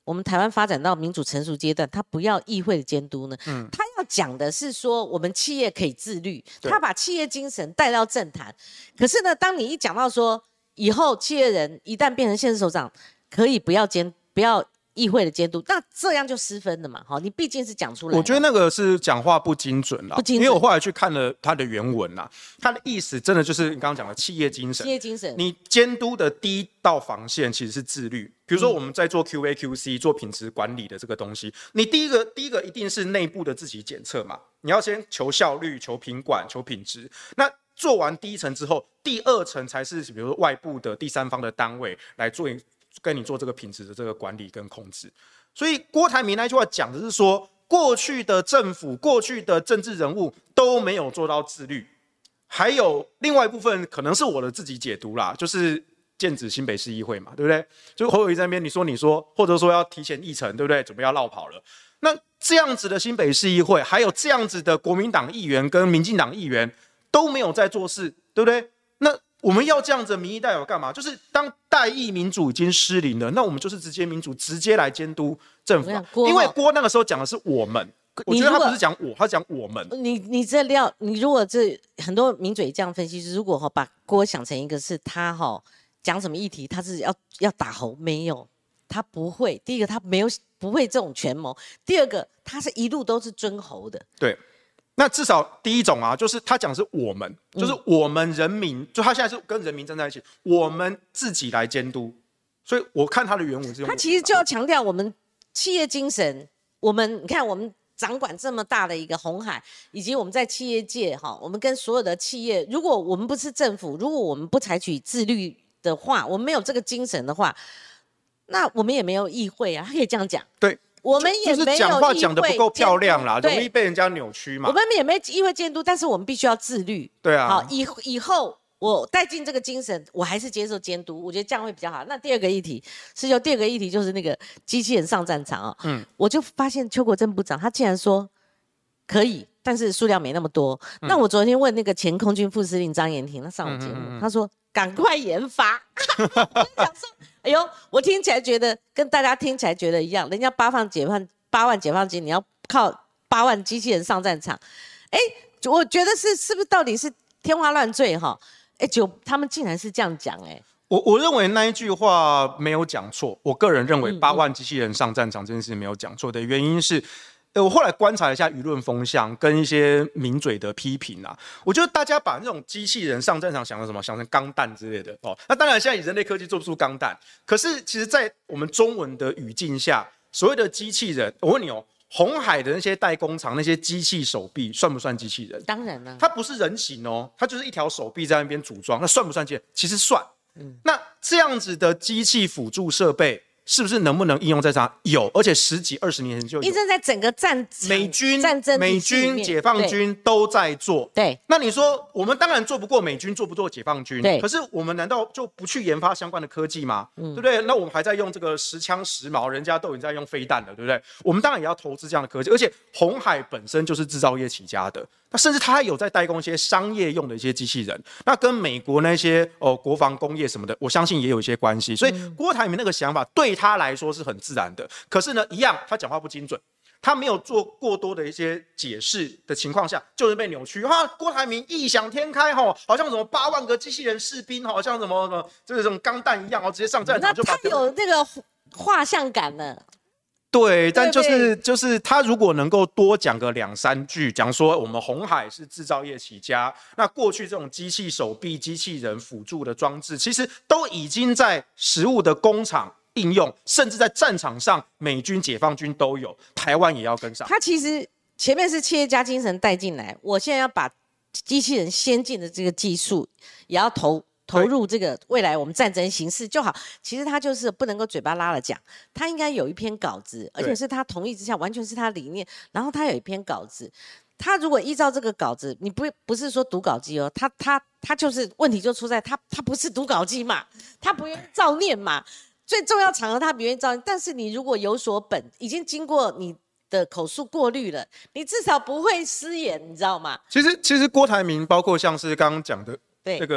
我们台湾发展到民主成熟阶段，他不要议会的监督呢？他要讲的是说，我们企业可以自律，他把企业精神带到政坛。可是呢，当你一讲到说，以后企业人一旦变成县市首长，可以不要议会的监督，那这样就失分了嘛？你毕竟是讲出来的。
我觉得那个是讲话不精准啦，因为我后来去看了他的原文啦，他的意思真的就是你刚刚讲的企业精神。
企业精神，
你监督的第一道防线其实是自律。比如说我们在做 QA、QC 做品质管理的这个东西，你第一个一定是内部的自己检测嘛，你要先求效率、求品管、求品质。那做完第一层之后，第二层才是比如说外部的第三方的单位来跟你做这个品质的这个管理跟控制。所以郭台铭那句话讲的是说，过去的政府、过去的政治人物都没有做到自律。还有另外一部分可能是我的自己解读啦，就是剑指新北市议会嘛，对不对？就侯友宜在那边你说，或者说要提前议程，对不对？准备要落跑了。那这样子的新北市议会，还有这样子的国民党议员跟民进党议员都没有在做事，对不对？那我们要这样子的民意代表干嘛？就是当代议民主已经失灵了，那我们就是直接民主，直接来监督政府。因为郭那个时候讲的是我们，我觉得他不是讲我，他讲我们。
你如果这很多名嘴这样分析，如果把郭想成一个是他讲什么议题，他是要打侯，没有，他不会。第一个他不会这种权谋，第二个他是一路都是尊侯的。
对。那至少第一种啊，就是他讲的是我们，就是我们人民，就他现在是跟人民站在一起，我们自己来监督。所以我看他的原文是用他
其实就要强调我们企业精神。你看我们掌管这么大的一个鸿海，以及我们在企业界我们跟所有的企业，如果我们不是政府，如果我们不采取自律的话，我们没有这个精神的话，那我们也没有议会啊。他可以这样讲。
对。
我们也没有
就是讲话讲得不够漂亮啦，容易被人家扭曲嘛。
我们也没议会监督，但是我们必须要自律。
对啊。
好，以后我带进这个精神，我还是接受监督，我觉得这样会比较好。那第二个议题就是那个机器人上战场我就发现邱国正部长他竟然说可以，但是数量没那么多。那我昨天问那个前空军副司令张延廷，他上我节目，他说赶快研发。我就想说，哎呦，我听起来觉得跟大家听起来觉得一样，人家8万解放军，你要靠8万机器人上战场，我觉得是不是到底是天花乱坠他们竟然是这样讲
我认为那一句话没有讲错，我个人认为8万机器人上战场这件事没有讲错的原因是。我后来观察了一下舆论风向跟一些名嘴的批评啊，我觉得大家把那种机器人上战场想成什么？想成钢弹之类的那当然现在人类科技做不出钢弹，可是其实在我们中文的语境下，所谓的机器人，我问你鸿海的那些代工厂那些机器手臂算不算机器人？
当然了，
它不是人形它就是一条手臂在那边组装，那算不算机器人？其实算。那这样子的机器辅助设备。是不是能不能应用在上？有，而且10几20年前就有。
应用在整个美军、
解放军都在做。
对。
那你说，我们当然做不过美军，做不过解放军。
对。
可是我们难道就不去研发相关的科技吗？对不对？那我们还在用这个10枪10矛，人家都已经在用飞弹了，对不对？我们当然也要投资这样的科技。而且鸿海本身就是制造业起家的，那甚至它有在代工一些商业用的一些机器人。那跟美国那些国防工业什么的，我相信也有一些关系。所以郭台铭那个想法对他来说是很自然的，可是呢，一样他讲话不精准，他没有做过多的一些解释的情况下，就是被扭曲。郭台铭异想天开好像什么8万个机器人士兵，好像什么这种钢弹一样直接上战场就把。
他有那个画像感了。
对，但就是他如果能够多讲个2、3句，讲说我们鸿海是制造业起家，那过去这种机器手臂、机器人辅助的装置，其实都已经在实物的工厂应用，甚至在战场上，美军、解放军都有，台湾也要跟上。
他其实前面是企业家精神带进来，我现在要把机器人先进的这个技术也要投入这个未来我们战争形势就好。其实他就是不能够嘴巴拉了讲，他应该有一篇稿子，而且是他同意之下，完全是他理念。然后他有一篇稿子，他如果依照这个稿子，你不是说读稿机他就是问题就出在他不是读稿机嘛，他不愿意照念嘛。最重要场合他不愿意照念，但是你如果有所本，已经经过你的口述过滤了，你至少不会失言，你知道吗？
其实郭台铭包括像是刚刚讲的那个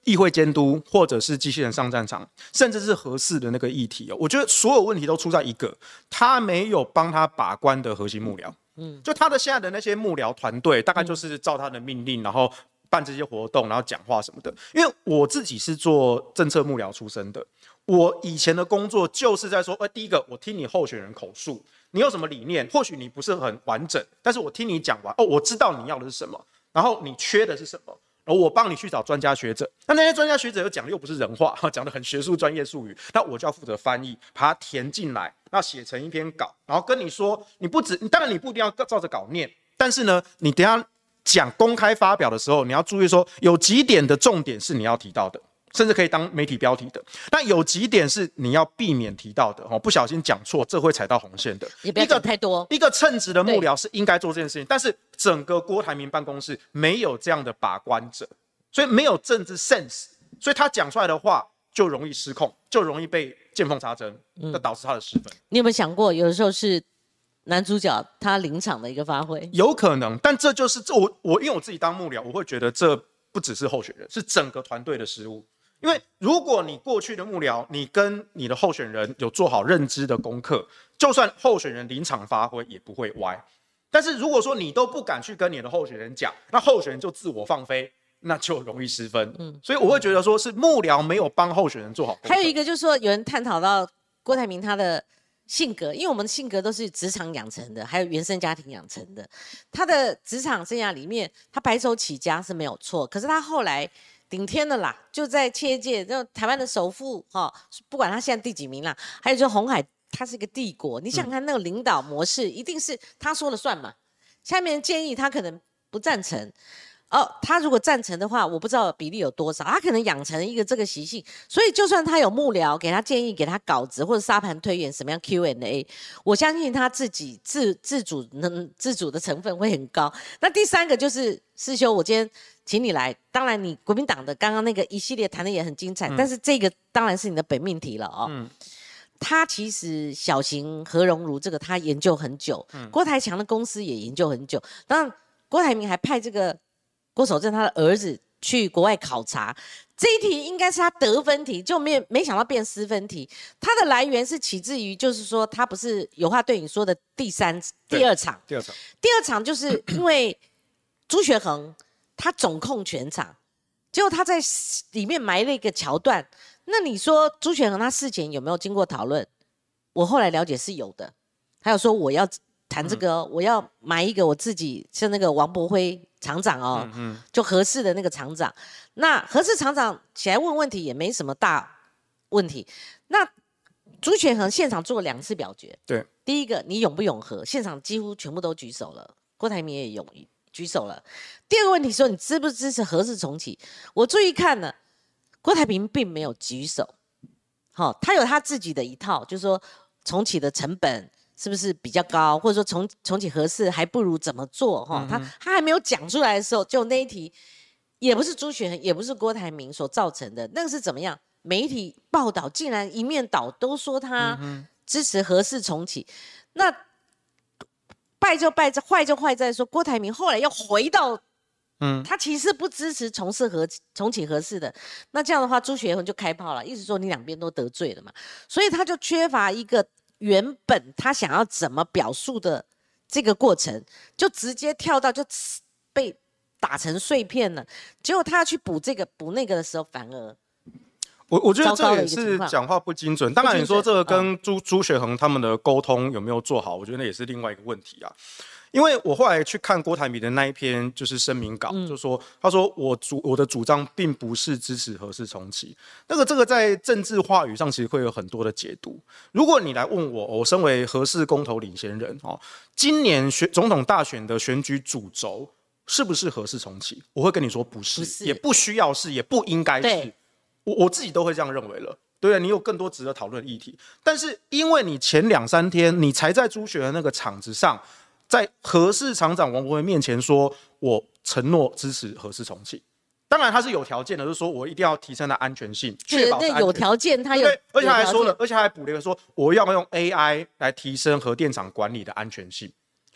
议会监督，或者是机器人上战场，甚至是核四的那个议题我觉得所有问题都出在一个，他没有帮他把关的核心幕僚。就他的现在的那些幕僚团队，大概就是照他的命令，然后办这些活动，然后讲话什么的。因为我自己是做政策幕僚出身的，我以前的工作就是在说，第一个我听你候选人口述，你有什么理念，或许你不是很完整，但是我听你讲完，我知道你要的是什么，然后你缺的是什么。然后我帮你去找专家学者，那些专家学者又讲的又不是人话，讲的很学术专业术语，那我就要负责翻译，把它填进来，那写成一篇稿，然后跟你说，当然你不一定要照着稿念，但是呢，你等一下讲公开发表的时候，你要注意说有几点的重点是你要提到的，甚至可以当媒体标题的。那有几点是你要避免提到的，不小心讲错，这会踩到红线的。
也不要讲太多。
一个称职的幕僚是应该做这件事情，但是整个郭台铭办公室没有这样的把关者，所以没有政治 sense， 所以他讲出来的话就容易失控，就容易被见缝插针，那导致他的失分。
你有没有想过，有的时候是男主角他临场的一个发挥？
有可能，但这就是因为我自己当幕僚，我会觉得这不只是候选人，是整个团队的失误。因为如果你过去的幕僚，你跟你的候选人有做好认知的功课，就算候选人临场发挥也不会歪。但是如果说你都不敢去跟你的候选人讲，那候选人就自我放飞，那就容易失分。所以我会觉得说是幕僚没有帮候选人做好功课。
还有一个就是说，有人探讨到郭台铭他的性格，因为我们的性格都是职场养成的，还有原生家庭养成的。他的职场生涯里面，他白手起家是没有错，可是他后来顶天的啦，就在企业界，台湾的首富不管他现在第几名啦，还有就是鸿海，他是一个帝国。你想想看那个领导模式，一定是他说了算嘛。下面的建议他可能不赞成。他如果赞成的话，我不知道比例有多少，他可能养成一个这个习性，所以就算他有幕僚给他建议、给他稿子或者沙盘推演什么样 Q&A， 我相信他自己自主的成分会很高。那第三个就是世修，我今天请你来，当然你国民党的刚刚那个一系列谈的也很精彩，但是这个当然是你的本命题了他其实小型核熔炉这个他研究很久，郭台强的公司也研究很久，当然郭台铭还派这个郭守正他的儿子去国外考察，这一题应该是他得分题，就没想到变失分题。它的来源是起自于，就是说他不是有话对你说的第二场，第二场就是因为朱学恒他总控全场，结果他在里面埋了一个桥段。那你说朱学恒他事前有没有经过讨论？我后来了解是有的，还有说我要谈这个我要埋一个我自己，像那个王伯辉厂长就核四的那个厂长，那核四厂长起来问问题也没什么大问题。那朱学恒现场做了2次表决，
对，
第一个你拥不拥核，现场几乎全部都举手了，郭台铭也举手了。第二个问题说你支不支持核四重启，我注意看了，郭台铭并没有举手，他有他自己的一套，就是说重启的成本是不是比较高，或者说重启核四还不如怎么做他还没有讲出来的时候，就那一题也不是朱学恒也不是郭台铭所造成的，那个是怎么样？媒体报道竟然一面倒都说他支持核四重启，那败就败在坏就坏在说郭台铭后来又回到他其实不支持重启核四的。那这样的话朱学恒就开炮了，意思说你两边都得罪了嘛，所以他就缺乏一个原本他想要怎么表述的这个过程，就直接跳到就被打成碎片了。结果他要去补这个补那个的时候，反而
我觉得这也是讲话不精准。当然你说这个跟朱学恒他们的沟通有没有做好，我觉得那也是另外一个问题啊。因为我后来去看郭台铭的那一篇就是声明稿，就说他说我的主张并不是支持核四重启，这个在政治话语上其实会有很多的解读。如果你来问我身为核四公投领先人今年总统大选的选举主轴是不是核四重启？我会跟你说不是，也不需要是，也不应该是。我自己都会这样认为了。对，你有更多值得讨论的议题，但是因为你前2-3天你才在朱学恒那个场子上，在核四厂长王国维面前说我承诺支持核四重启，当然他是有条件的，就是说我一定要提升它安全性，确保是安全。
有条件，他有，
而且他还说了，而且还补了一个说我要用 AI 来提升核电厂管理的安全性。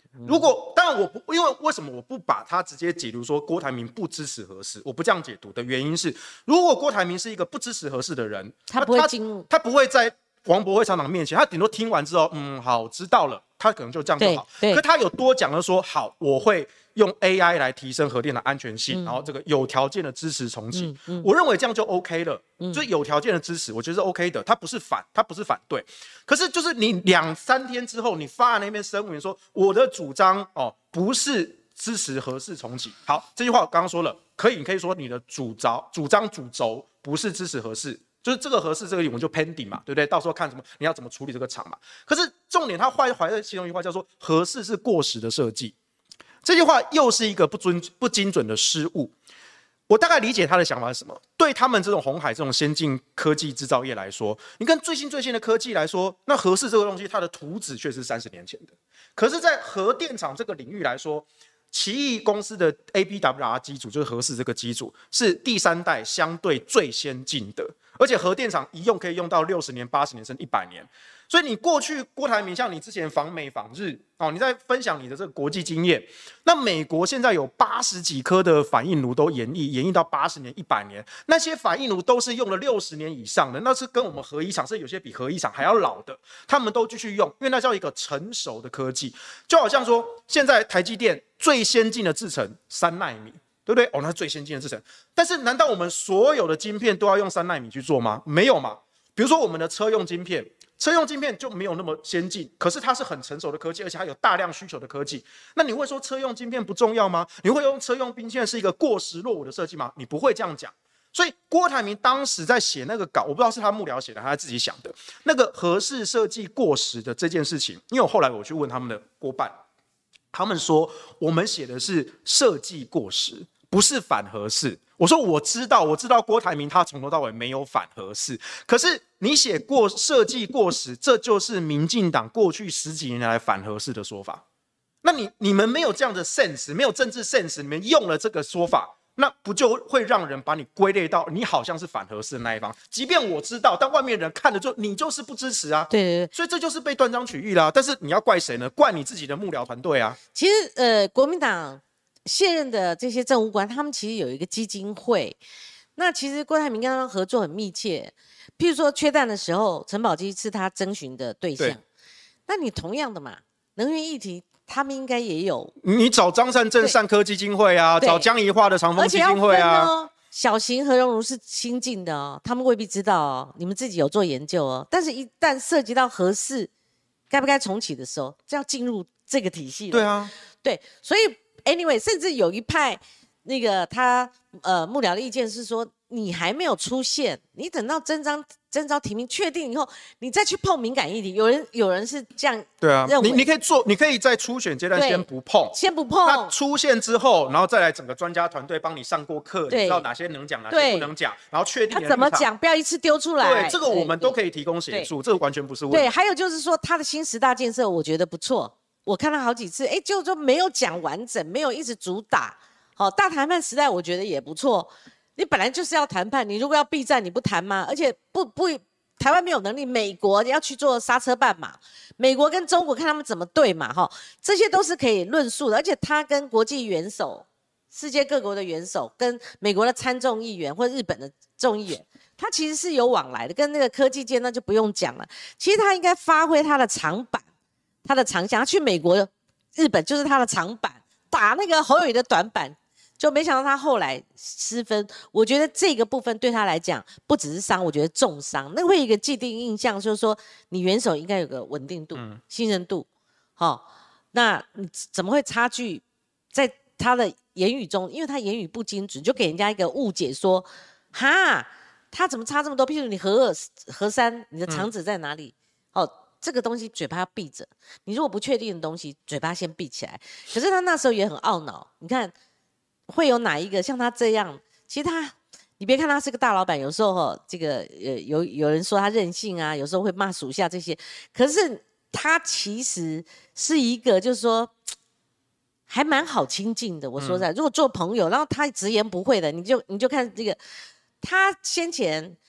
如果当然我不，因为为什么我不把它直接解读说郭台铭不支持核四？我不这样解读的原因是，如果郭台铭是一个不支持核四的人，
他不会进入，
他不会在王国会厂长面前，他顶多听完之后，好，知道了，他可能就这样就好。可他有多讲了说，好，我会用 AI 来提升核电的安全性，然后这个有条件的支持重启。我认为这样就 OK 了，就是有条件的支持，我觉得是 OK 的。他不是反对。可是就是你2-3天之后，你发了那篇声明说，我的主张不是支持核四重启。好，这句话我刚刚说了，你可以说你的主张主轴不是支持核四。就是这个核四这个我们就 pending 嘛，对不对？到时候看你要怎么处理这个厂嘛。可是重点他怀在其中一句话叫做核四是过时的设计，这句话又是一个不精准的失误。我大概理解他的想法是什么？对他们这种鸿海这种先进科技制造业来说，你跟最新的科技来说，那核四这个东西它的图纸却是30年前的。可是，在核电厂这个领域来说，奇异公司的 ABWR 机组就是核四这个机组是第3代相对最先进的。而且核电厂一用可以用到60年、80年甚至100年，所以你过去郭台铭像你之前访美访日你在分享你的这个国际经验。那美国现在有80几颗的反应炉都演绎到80年、100年，那些反应炉都是用了60年以上的，那是跟我们核一厂，甚至有些比核一厂还要老的，他们都继续用，因为那叫一个成熟的科技。就好像说，现在台积电最先进的制程3奈米。对不对？那是最先进的制程。但是，难道我们所有的晶片都要用3奈米去做吗？没有嘛。比如说我们的车用晶片就没有那么先进，可是它是很成熟的科技，而且它有大量需求的科技。那你会说车用晶片不重要吗？你会用车用晶片是一个过时落伍的设计吗？你不会这样讲。所以郭台铭当时在写那个稿，我不知道是他幕僚写的，还是自己想的。那个核四设计过时的这件事情，因为后来我去问他们的郭办，他们说我们写的是设计过时。不是反核四，我说我知道郭台铭他从头到尾没有反核四，可是你写过设计过时，这就是民进党过去10几年来反核四的说法。那你们没有这样的 sense， 没有政治 sense， 你们用了这个说法，那不就会让人把你归类到你好像是反核四的那一方？即便我知道，但外面人看了就你就是不支持啊。
对，
所以这就是被断章取义啦。但是你要怪谁呢？怪你自己的幕僚团队啊。
其实国民党现任的这些政务官，他们其实有一个基金会。那其实郭台铭跟他们合作很密切，譬如说缺蛋的时候，陈宝基是他征询的对象。那你同样的嘛，能源议题他们应该也有。
你找张善政善科基金会啊，找江宜桦的长风基金会啊。
小型核熔炉是新进的哦，他们未必知道哦，你们自己有做研究哦。但是一旦涉及到核四该不该重启的时候，就要进入这个体系了。
对啊，
对，所以。Anyway， 甚至有一派那个他幕僚的意见是说，你还没有出现，你等到征召提名确定以后，你再去碰敏感议题。有人是这样
对啊，你可以在初选阶段先不碰，那出现之后，然后再来整个专家团队帮你上过课，你知道哪些能讲，哪些不能讲，然后确定
他怎么讲，不要一次丢出来。
对，这个我们都可以提供协助，这个完全不是问题。
对，还有就是说他的新10大建设，我觉得不错。我看他好几次，就说没有讲完整，没有一直主打。大谈判时代我觉得也不错。你本来就是要谈判，你如果要避战，你不谈吗？而且台湾没有能力，美国要去做刹车绊嘛，美国跟中国看他们怎么对嘛，这些都是可以论述的。而且他跟国际元首、世界各国的元首、跟美国的参众议员或日本的众议员，他其实是有往来的。跟那个科技界那就不用讲了。其实他应该发挥他的长板。他的长项，他去美国、日本就是他的长板，打那个侯友宜的短板，就没想到他后来失分。我觉得这个部分对他来讲不只是伤，我觉得重伤。那会有一个既定印象，就是说你元首应该有个稳定度、信任度，那你怎么会差距在他的言语中？因为他言语不精准，就给人家一个误解说，他怎么差这么多？譬如你核3，你的厂址在哪里？这个东西嘴巴要闭着，你如果不确定的东西，嘴巴先闭起来。可是他那时候也很懊恼，你看会有哪一个像他这样？其实你别看他是个大老板，有时候这个有人说他任性啊，有时候会骂属下这些，可是他其实是一个就是说还蛮好亲近的。我说实在，如果做朋友，然后他直言不讳的，你就看这个，他先前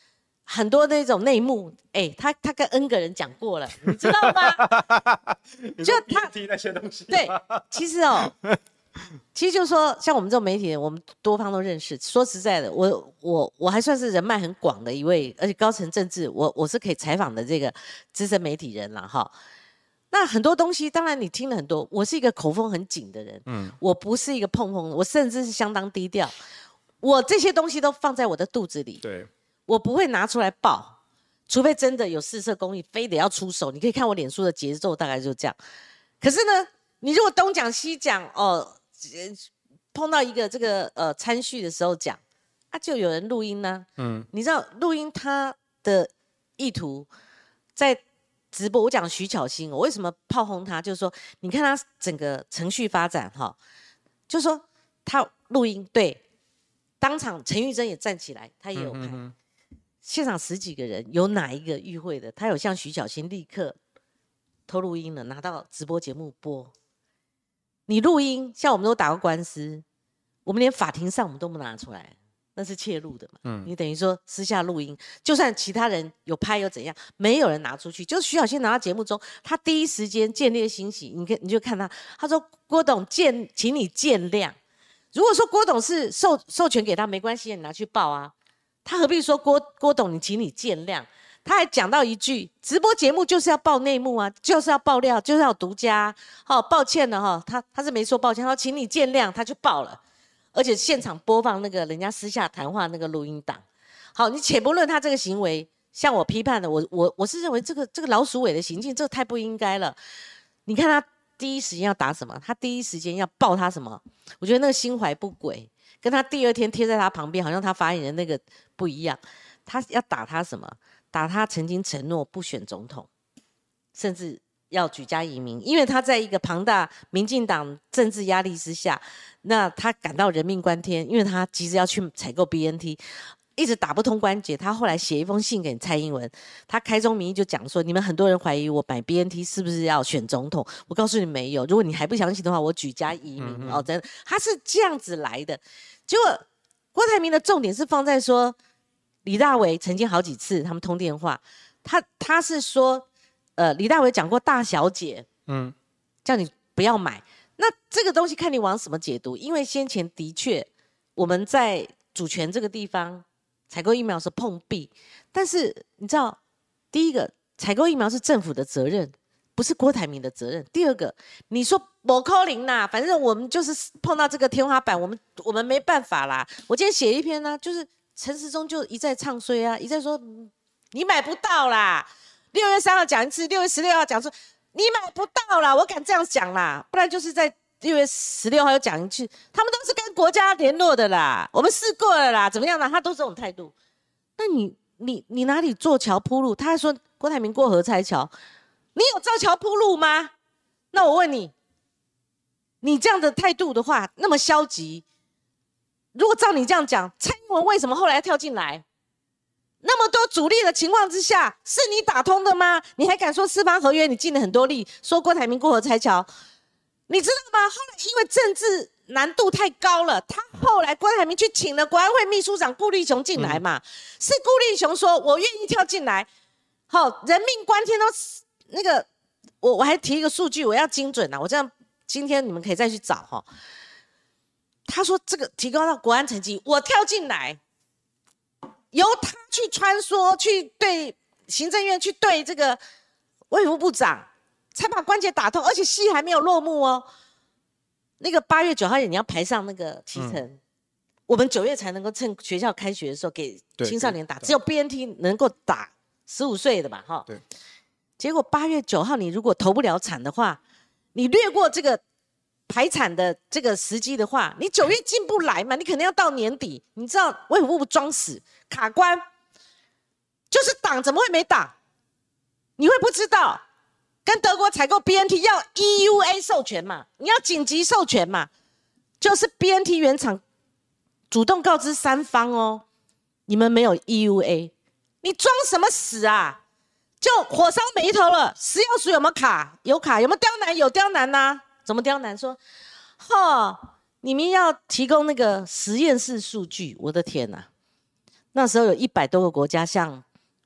很多那种内幕，他跟 N 个人讲过了，你知道吗？
就他提那些东西。
对，其实就是说，像我们这种媒体人，我们多方都认识。说实在的，我还算是人脉很广的一位，而且高层政治，我是可以采访的这个资深媒体人了哈。那很多东西，当然你听了很多。我是一个口风很紧的人，我不是一个碰碰的，我甚至是相当低调。我这些东西都放在我的肚子里，
对，
我不会拿出来报，除非真的有事涉公益，非得要出手。你可以看我脸书的节奏，大概就这样。可是呢，你如果东讲西讲，碰到一个这个参叙的时候讲，就有人录音呢。你知道录音他的意图在直播。我讲徐巧芯，我为什么炮轰他？就是说，你看他整个程序发展就是说他录音，对，当场陈玉珍也站起来，他也有拍。现场10几个人，有哪一个与会的？他有像徐巧芯立刻偷录音了，拿到直播节目播。你录音，像我们都打过官司，我们连法庭上我们都不拿出来，那是窃录的嘛。你等于说私下录音，就算其他人有拍又怎样，没有人拿出去。就是徐巧芯拿到节目中，他第一时间见猎欣喜，你就看他说郭董请你见谅。如果说郭董是授权给他没关系，你拿去报啊，他何必说郭董请你见谅？他还讲到一句，直播节目就是要爆内幕啊，就是要爆料，就是要独家。抱歉了他是没说抱歉，他说请你见谅，他就爆了，而且现场播放那个人家私下谈话那个录音档。好，你且不论他这个行为，像我批判的，我是认为这个老鼠尾的行径，这个太不应该了。你看他第一时间要打什么？他第一时间要爆他什么？我觉得那个心怀不轨，跟他第二天贴在他旁边，好像他发言人那个不一样。他要打他什么？打他曾经承诺不选总统，甚至要举家移民，因为他在一个庞大民进党政治压力之下，那他感到人命关天，因为他急着要去采购 BNT， 一直打不通关节。他后来写一封信给蔡英文，他开宗明义就讲说，你们很多人怀疑我买 BNT 是不是要选总统，我告诉你没有，如果你还不相信的话，我举家移民。真的，他是这样子来的。结果郭台铭的重点是放在说，李大为曾经好几次他们通电话，他是说，李大为讲过大小姐，叫你不要买。那这个东西看你往什么解读，因为先前的确我们在主权这个地方采购疫苗是碰壁，但是你知道，第一个采购疫苗是政府的责任，不是郭台铭的责任。第二个，你说某扣零啦，反正我们就是碰到这个天花板，我们没办法啦。我今天写一篇呢，就是陈时中就一再唱衰啊，一再说你买不到啦。6月3号讲一次，6月16号讲说你买不到啦，我敢这样讲啦，不然就是在6月16号又讲一次，他们都是跟国家联络的啦，我们试过了啦，怎么样啦？他都这种态度。那你哪里做桥铺路？他还说郭台铭过河拆桥，你有造桥铺路吗？那我问你，你这样的态度的话，那么消极，如果照你这样讲，蔡英文为什么后来要跳进来？那么多阻力的情况之下，是你打通的吗？你还敢说四方合约你尽了很多力，说郭台铭过河拆桥？你知道吗？后来因为政治难度太高了，他后来郭台铭去请了国安会秘书长顾立雄进来嘛，是顾立雄说我愿意跳进来，人命关天都那个，我还提一个数据，我要精准啊，我这样今天你们可以再去找他说这个提高到国安层级，我跳进来，由他去穿梭，去对行政院，去对这个卫福部长，才把关节打通，而且戏还没有落幕哦。那个8月9号你要排上那个期程，我们9月才能够趁学校开学的时候给青少年打，只有 BNT 能够打15岁的嘛，对。结果8月9号你如果投不了产的话，你略过这个排产的这个时机的话，你9月进不来嘛，你肯定要到年底。你知道卫福部装死卡关，就是党怎么会没党？你会不知道？跟德国采购 BNT 要 EUA 授权嘛，你要紧急授权嘛，就是 BNT 原厂主动告知3方哦，你们没有 EUA， 你装什么死啊？就火烧眉头了，食药署有没有卡？有卡，有没有刁难？有刁难啊。怎么刁难？说，你们要提供那个实验室数据，我的天哪！那时候有100多个国家向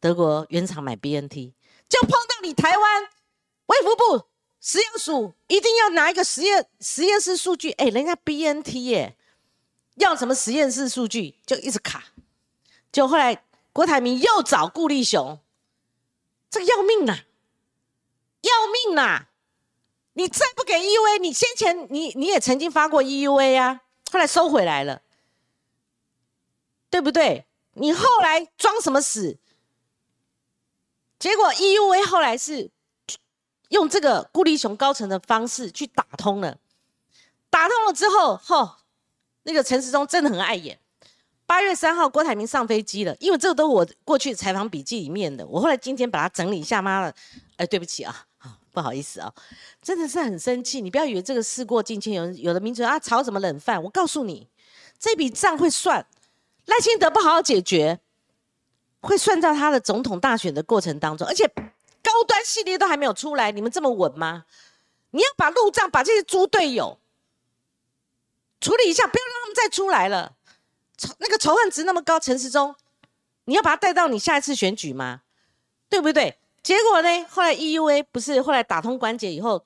德国原厂买 BNT， 就碰到你台湾卫福部食药署一定要拿一个实验室数据，人家 BNT 耶，要什么实验室数据就一直卡，就后来郭台铭又找顾立雄，这个要命啊，要命啊！你再不给 EUA， 你先前你也曾经发过 EUA 啊，后来收回来了，对不对？你后来装什么死？结果 EUA 后来是用这个顾立雄高层的方式去打通了，打通了之后，那个陈时中真的很爱演。8月3号，郭台铭上飞机了，因为这个都是我过去采访笔记里面的，我后来今天把它整理一下，妈的，对不起啊。不好意思啊，真的是很生气。你不要以为这个事过境迁，有的民主啊炒什么冷饭，我告诉你，这笔账会算。赖清德不好好解决，会算到他的总统大选的过程当中，而且高端系列都还没有出来，你们这么稳吗？你要把路障，把这些猪队友处理一下，不要让他们再出来了。那个仇恨值那么高，陈时中，你要把他带到你下一次选举吗？对不对？结果呢？后来 EUA 不是后来打通关节以后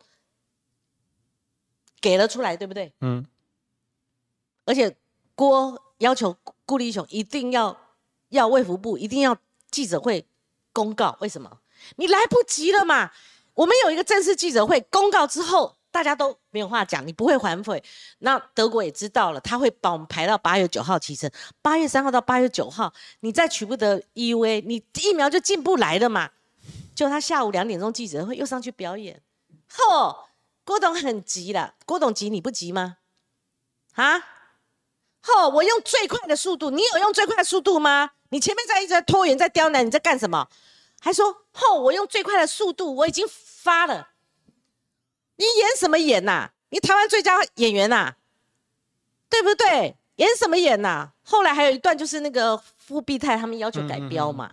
给了出来，对不对？而且郭要求顾立雄一定要卫福部一定要记者会公告，为什么？你来不及了嘛！我们有一个正式记者会公告之后，大家都没有话讲，你不会反悔。那德国也知道了，他会把我们排到8月9号启程，8月3号到8月9号，你再取不得 EUA， 你疫苗就进不来了嘛。就他下午2点钟记者会又上去表演，郭董很急了，郭董急你不急吗？我用最快的速度，你有用最快的速度吗？你前面一直在拖延，在刁难，你在干什么？还说我用最快的速度，我已经发了，你演什么演啊？你台湾最佳演员啊，对不对？演什么演啊？后来还有一段就是那个富必泰他们要求改标嘛。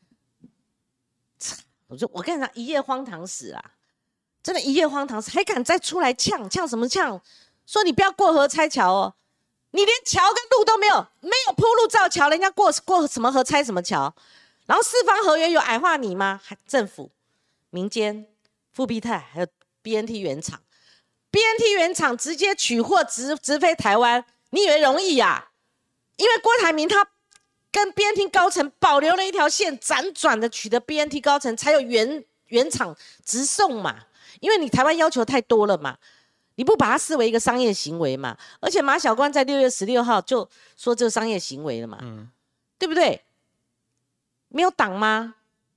我跟你讲，一夜荒唐死啦！真的，一夜荒唐死，还敢再出来呛什么呛？说你不要过河拆桥哦，你连桥跟路都没有铺路造桥，人家过什么河拆什么桥？然后四方合约有矮化你吗？政府、民间、富必泰还有 BNT 原厂，BNT 原厂直接取货直飞台湾，你以为容易啊？因为郭台铭他跟 BNT 高层保留了一条线，辗转的取得 BNT 高层才有原厂直送嘛。因为你台湾要求太多了嘛，你不把它视为一个商业行为嘛。而且马晓光在6月16号就说这个商业行为了嘛，对不对？没有挡吗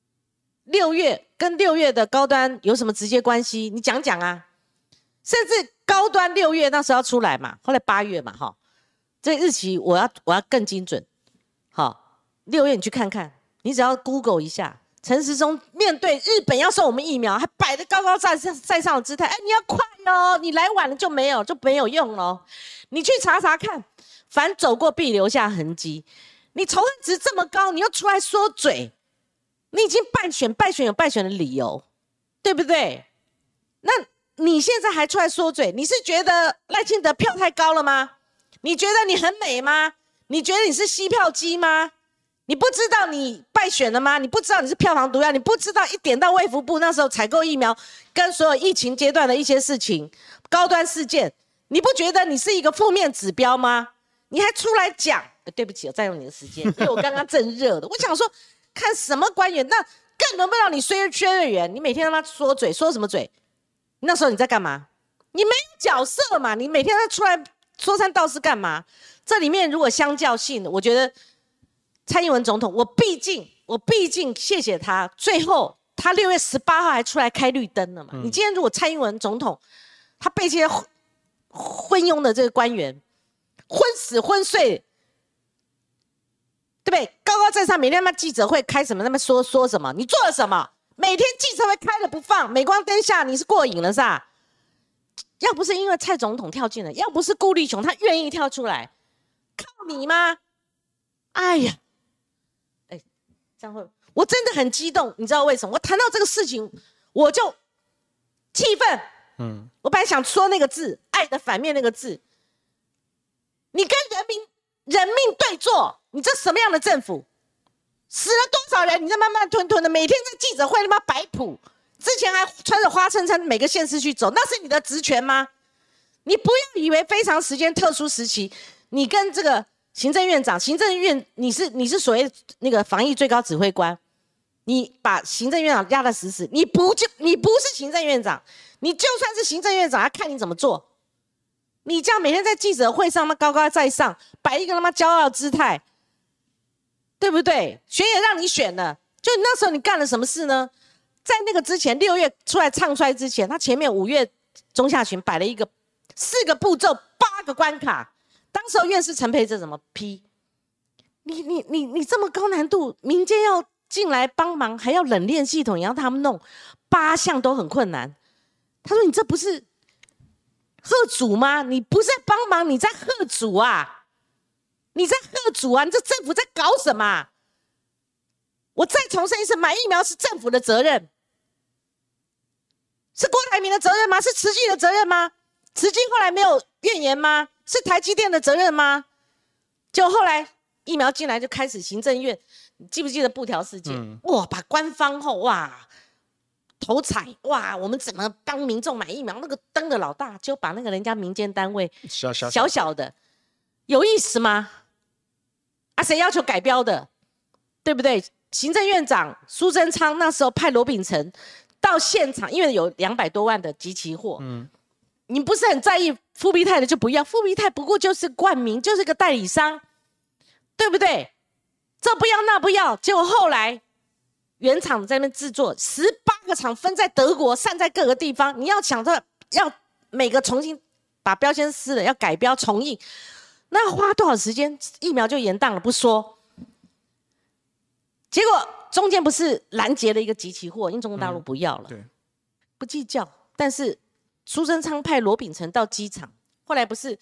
？6月跟6月的高端有什么直接关系？你讲讲啊。甚至高端6月那时候要出来嘛，后来8月嘛，这日期我要更精准。6月你去看看，你只要 Google 一下，陈时中面对日本要送我们疫苗，还摆得高高在上的姿态，你要快哦，你来晚了就没有用了。你去查查看，凡走过必留下痕迹。你仇恨值这么高，你又出来说嘴，你已经败选有败选的理由，对不对？那你现在还出来说嘴，你是觉得赖清德票太高了吗？你觉得你很美吗？你觉得你是吸票机吗？你不知道你败选了吗？你不知道你是票房毒药？你不知道一点到卫福部那时候采购疫苗跟所有疫情阶段的一些事情高端事件，你不觉得你是一个负面指标吗？你还出来讲，对不起，我占用你的时间，因为我刚刚正热的。我想说，看什么官员，那更轮不到你薛瑞元，你每天他妈说嘴，说什么嘴？那时候你在干嘛？你没有角色嘛？你每天在出来说三道四干嘛？这里面如果相较性，我觉得蔡英文总统，我毕竟谢谢他，最后他6月18号还出来开绿灯了嘛。你今天如果蔡英文总统他被这些昏庸的这个官员昏死昏睡，对不对？高高在上，每天他妈记者会开什么，他们说什么？你做了什么？每天记者会开了不放，镁光灯下你是过瘾了是吧？要不是因为蔡总统跳进来，要不是顾立雄他愿意跳出来，靠你吗？哎呀，这样会，我真的很激动，你知道为什么？我谈到这个事情，我就气愤。我本来想说那个字，爱的反面那个字，你跟人命对坐，你这什么样的政府？ 死了多少人？你在慢慢吞的，每天在记者会他妈摆谱，之前还穿着花衬衫每个县市去走，那是你的职权吗？你不要以为非常时间特殊时期，你跟这个行政院长，行政院你是所谓那个防疫最高指挥官，你把行政院长压得死死，你不是行政院长，你就算是行政院长，要看你怎么做。你这样每天在记者会上高高在上，摆一个他妈骄傲的姿态，对不对？选也让你选了，就那时候你干了什么事呢？在那个之前，6月出来唱衰之前，他前面5月中下旬摆了一个4个步骤8个关卡，当时候院士陈培哲怎么批？你这么高难度，民间要进来帮忙，还要冷链系统，也要他们弄，8项都很困难。他说：“你这不是贺主吗？你不是在帮忙，你在贺主啊！你在贺主啊！你这政府在搞什么啊？我再重申一次，买疫苗是政府的责任，是郭台铭的责任吗？是慈济的责任吗？慈济后来没有怨言吗？是台积电的责任吗？就后来疫苗进来就开始行政院，你记不记得布条事件？哇，把官方头彩，哇，我们怎么帮民众买疫苗？那个登的老大，就把那个人家民间单位小小的，有意思吗？啊，谁要求改标的？对不对？行政院长苏贞昌那时候派罗秉成到现场，因为有200多万的集齐货，你不是很在意复必泰的就不要，复必泰不过就是冠名，就是个代理商，对不对？这不要那不要，结果后来原厂在那边制作，18个厂分在德国，散在各个地方，你要想着要每个重新把标签撕了，要改标重印，那要花多少时间？疫苗就延宕了不说，结果中间不是拦截了一个集齐货，因为中国大陆不要了，不计较。但是苏贞昌派罗秉成到机场，后来不是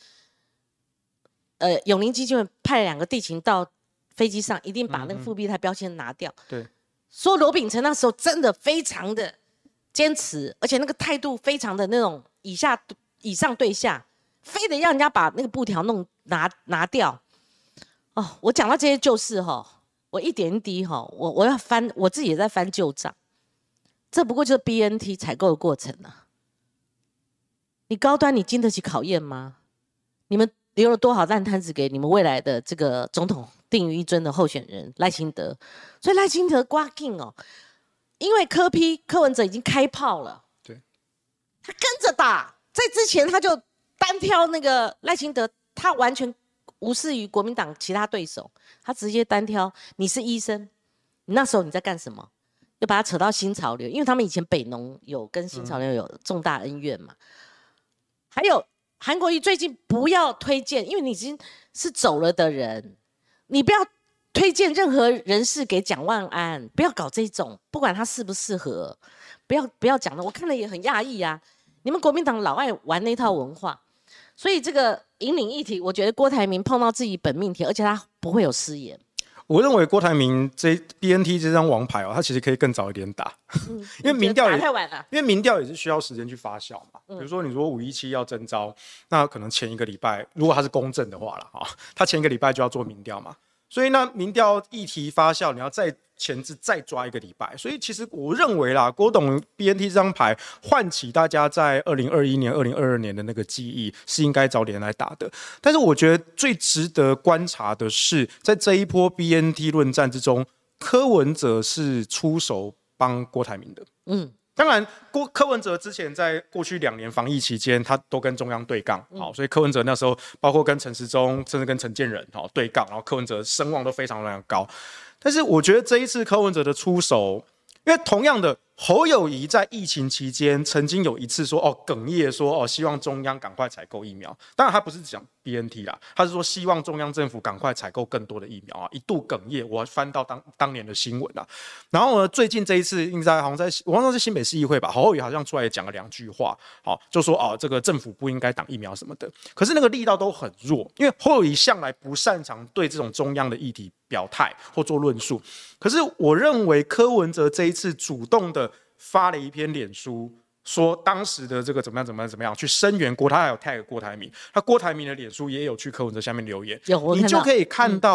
永林基金会派2个地勤到飞机上，一定把那个复必泰标签拿掉。
对，
说罗秉成那时候真的非常的坚持，而且那个态度非常的那种以上对下，非得让人家把那个布条拿掉。哦，我讲到这些旧事我一点一滴我要翻，我自己也在翻旧账。这不过就是 BNT 采购的过程啊。你高端你经得起考验吗？你们留了多少烂摊子给你们未来的这个总统定于一尊的候选人赖清德？所以赖清德刮劲因为柯文哲已经开炮了，
对，
他跟着打，在之前他就单挑那个赖清德，他完全无视于国民党其他对手，他直接单挑。你是医生，你那时候你在干什么？要把他扯到新潮流，因为他们以前北农有跟新潮流有重大恩怨嘛。还有韩国瑜最近不要推荐，因为你已经是走了的人，你不要推荐任何人士给蒋万安，不要搞这种，不管他适不适合，不要讲的，我看了也很讶异啊。你们国民党老爱玩那套文化，所以这个引领议题，我觉得郭台铭碰到自己本命题，而且他不会有失言。
我认为郭台铭BNT 这张王牌他其实可以更早一点打，因为民调
太晚了，
因为民调也是需要时间去发酵嘛。比如说你说517要征召，那可能前1个礼拜，如果他是公正的话啦，他前1个礼拜就要做民调嘛，所以那民调议题发酵，你要再前置再抓1个礼拜，所以其实我认为啦，郭董 BNT 这张牌唤起大家在2021年、2022年的那个记忆，是应该早点来打的。但是我觉得最值得观察的是，在这一波 BNT 论战之中，柯文哲是出手帮郭台铭的。当然，柯文哲之前在过去2年防疫期间，他都跟中央对杠，所以柯文哲那时候包括跟陈时中，甚至跟陈建仁对杠，然后柯文哲声望都非常非常高。但是我觉得这一次柯文哲的出手，因为同样的侯友宜在疫情期间曾经有一次说哽咽说希望中央赶快采购疫苗，当然他不是讲 BNT 啦，他是说希望中央政府赶快采购更多的疫苗啊，一度哽咽，我翻到当年的新闻啦。然后呢，最近这一次应该好像我忘了是新北市议会吧，侯友宜好像出来讲了2句话，就说这个政府不应该挡疫苗什么的，可是那个力道都很弱，因为侯友宜向来不擅长对这种中央的议题表态或做论述。可是我认为柯文哲这一次主动的发了一篇脸书，说当时的这个怎么样去声援他还有 tag 郭台铭，他郭台铭的脸书也有去柯文哲下面留言，你就可以看到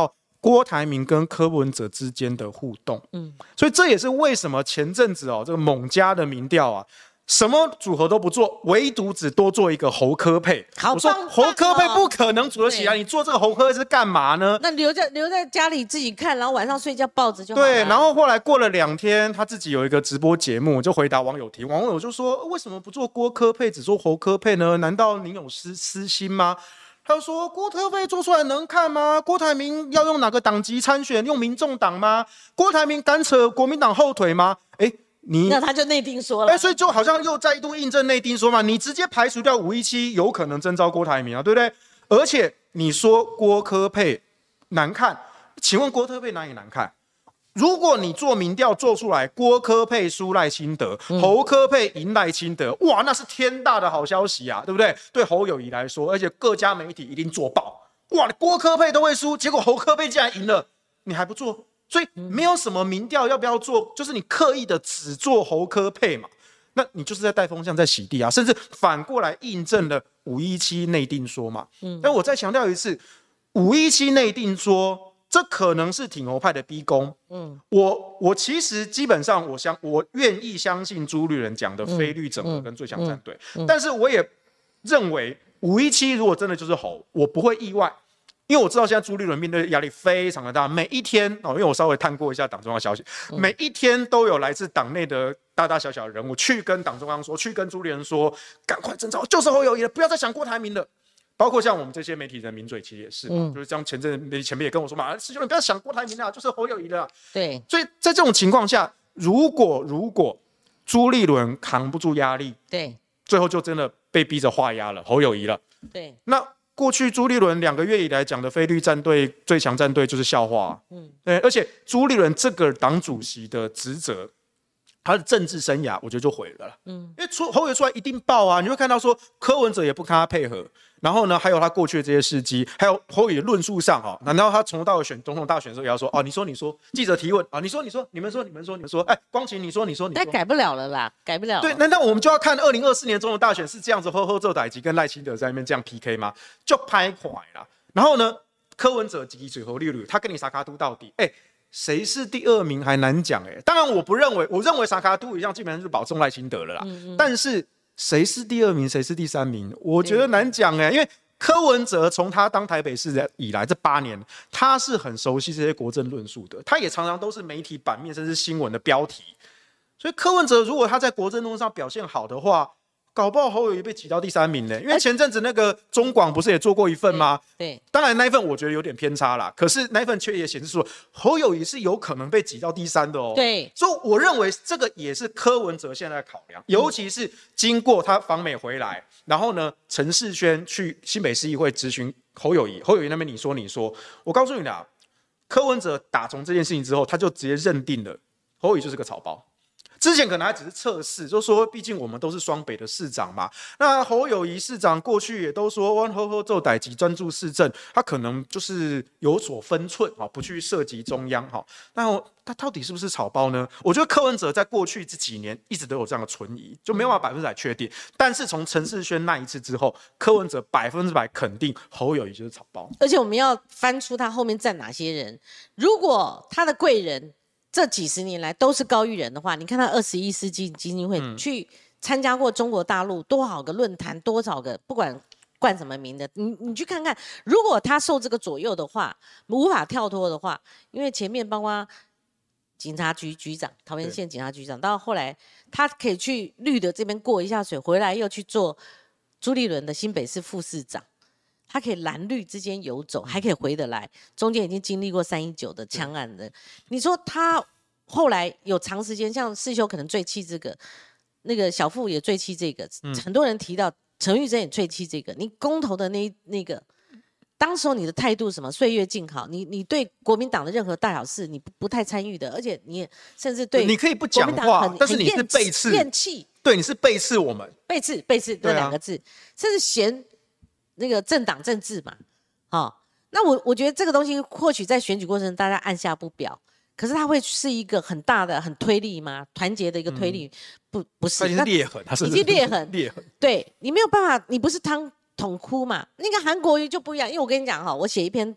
郭台铭跟柯文哲之间的互动。所以这也是为什么前阵子这个猛加的民调啊，什么组合都不做，唯独只多做一个侯柯配。我说侯柯配不可能组得起来，你做这个侯柯是干嘛呢？
那留在家里自己看，然后晚上睡觉抱着就好了。
对，然后后来过了2天，他自己有一个直播节目，就回答网友提，网友就说为什么不做郭柯配，只做侯柯配呢？难道您有私心吗？他就说郭柯配做出来能看吗？郭台铭要用哪个党籍参选？用民众党吗？郭台铭敢扯国民党后腿吗？
那他就内定说了，
所以就好像又再度印证内定说嘛，你直接排除掉517有可能征召郭台铭啊，对不对？而且你说郭柯配难看，请问郭柯配哪里难看？如果你做民调做出来，郭柯配输赖清德，侯柯配赢赖清德，哇，那是天大的好消息啊，对不对？对侯友宜来说，而且各家媒体一定做爆，哇，郭柯配都会输，结果侯柯配竟然赢了，你还不做？所以没有什么民调要不要做，就是你刻意的只做侯柯配嘛，那你就是在带风向，在洗地啊，甚至反过来印证了517内定说嘛。但我再强调一次，517内定说，这可能是挺侯派的逼宫。我其实基本上我愿意相信朱立伦讲的非绿整合跟最强战队，但是我也认为517如果真的就是侯，我不会意外。因为我知道现在朱立伦面对压力非常的大，每一天因为我稍微探过一下党中央消息，每一天都有来自党内的大大小小的人物去跟党中央说，去跟朱立伦说，赶快征召，就是侯友宜了，不要再想郭台铭了。包括像我们这些媒体人名嘴，其实也是，就是像前面也跟我说嘛，师兄你不要想郭台铭了，就是侯友宜了。
对，
所以在这种情况下，如果朱立伦扛不住压力，
对，
最后就真的被逼着画押了侯友宜了。
对，
那过去朱立伦2个月以来讲的非绿战队、最强战队就是笑话。对，而且朱立伦这个党主席的职责，他的政治生涯我觉得就毁了啦。因为侯友宜出来一定爆啊，你会看到说柯文哲也不跟他配合，然后呢，还有他过去的这些事迹，还有侯友宜的论述上难道他从头到尾选总统大选的时候也要说你说记者提问你说你们说光晴你说，
但改不了了啦，改不了了。
对，难道我们就要看2024年总统大选是这样子呵做代志跟赖清德在那边这样 PK 吗？就拍快啦。然后呢，柯文哲几水侯绿绿，他跟你沙卡都到底，谁是第2名还难讲当然我认为沙卡都一样，基本上就是保送赖清德了啦。但是谁是第2名，谁是第3名，我觉得难讲因为柯文哲从他当台北市以来这8年，他是很熟悉这些国政论述的，他也常常都是媒体版面甚至新闻的标题。所以柯文哲如果他在国政论述上表现好的话，搞不好侯友宜被挤到第3名呢。因为前阵子那个中广不是也做过一份吗？
对，
当然那一份我觉得有点偏差啦，可是那一份却也显示出侯友宜是有可能被挤到第3的
对，
所以我认为这个也是柯文哲现在的考量，尤其是经过他访美回来，然后呢，陈世轩去新北市议会质询侯友宜那边你说，我告诉你啦，柯文哲打从这件事情之后，他就直接认定了侯友宜就是个草包。之前可能还只是测试，就说毕竟我们都是双北的市长嘛。那侯友宜市长过去也都说，我好做代志，专注市政，他可能就是有所分寸不去涉及中央那他到底是不是草包呢？我觉得柯文哲在过去这几年一直都有这样的存疑，就没有办法100%确定。但是从陈世轩那一次之后，柯文哲100%肯定侯友宜就是草包。
而且我们要翻出他后面站哪些人，如果他的贵人这几10年来都是高育仁的话，你看他21世纪基金会去参加过中国大陆多少个论坛，多少个不管冠什么名的，你去看看，如果他受这个左右的话，无法跳脱的话，因为前面包括警察局局长，桃园县警察局长，到后来他可以去绿的这边过一下水，回来又去做朱立伦的新北市副市长。他可以蓝绿之间游走，还可以回得来，中间已经经历过319的枪案的。你说他后来有长时间，像世修可能最气这个，那个小富也最气这个，很多人提到陈玉珍也最气这个。你公投的那个，当时候你的态度什么岁月静好，你对国民党的任何大小事你不太参与的，而且你也甚至对
你可以不讲话，但是你是背刺
厌弃，
对，你是背刺我们，
背刺这2个字，甚至嫌。那个政党政治嘛，那我觉得这个东西或许在选举过程大家按下不表，可是它会是一个很大的很推力吗？团结的一个推力，不是，
它已经是裂痕，它是
已经裂痕，
裂痕。
对你没有办法，你不是捅哭嘛？那个韩国瑜就不一样，因为我跟你讲我写一篇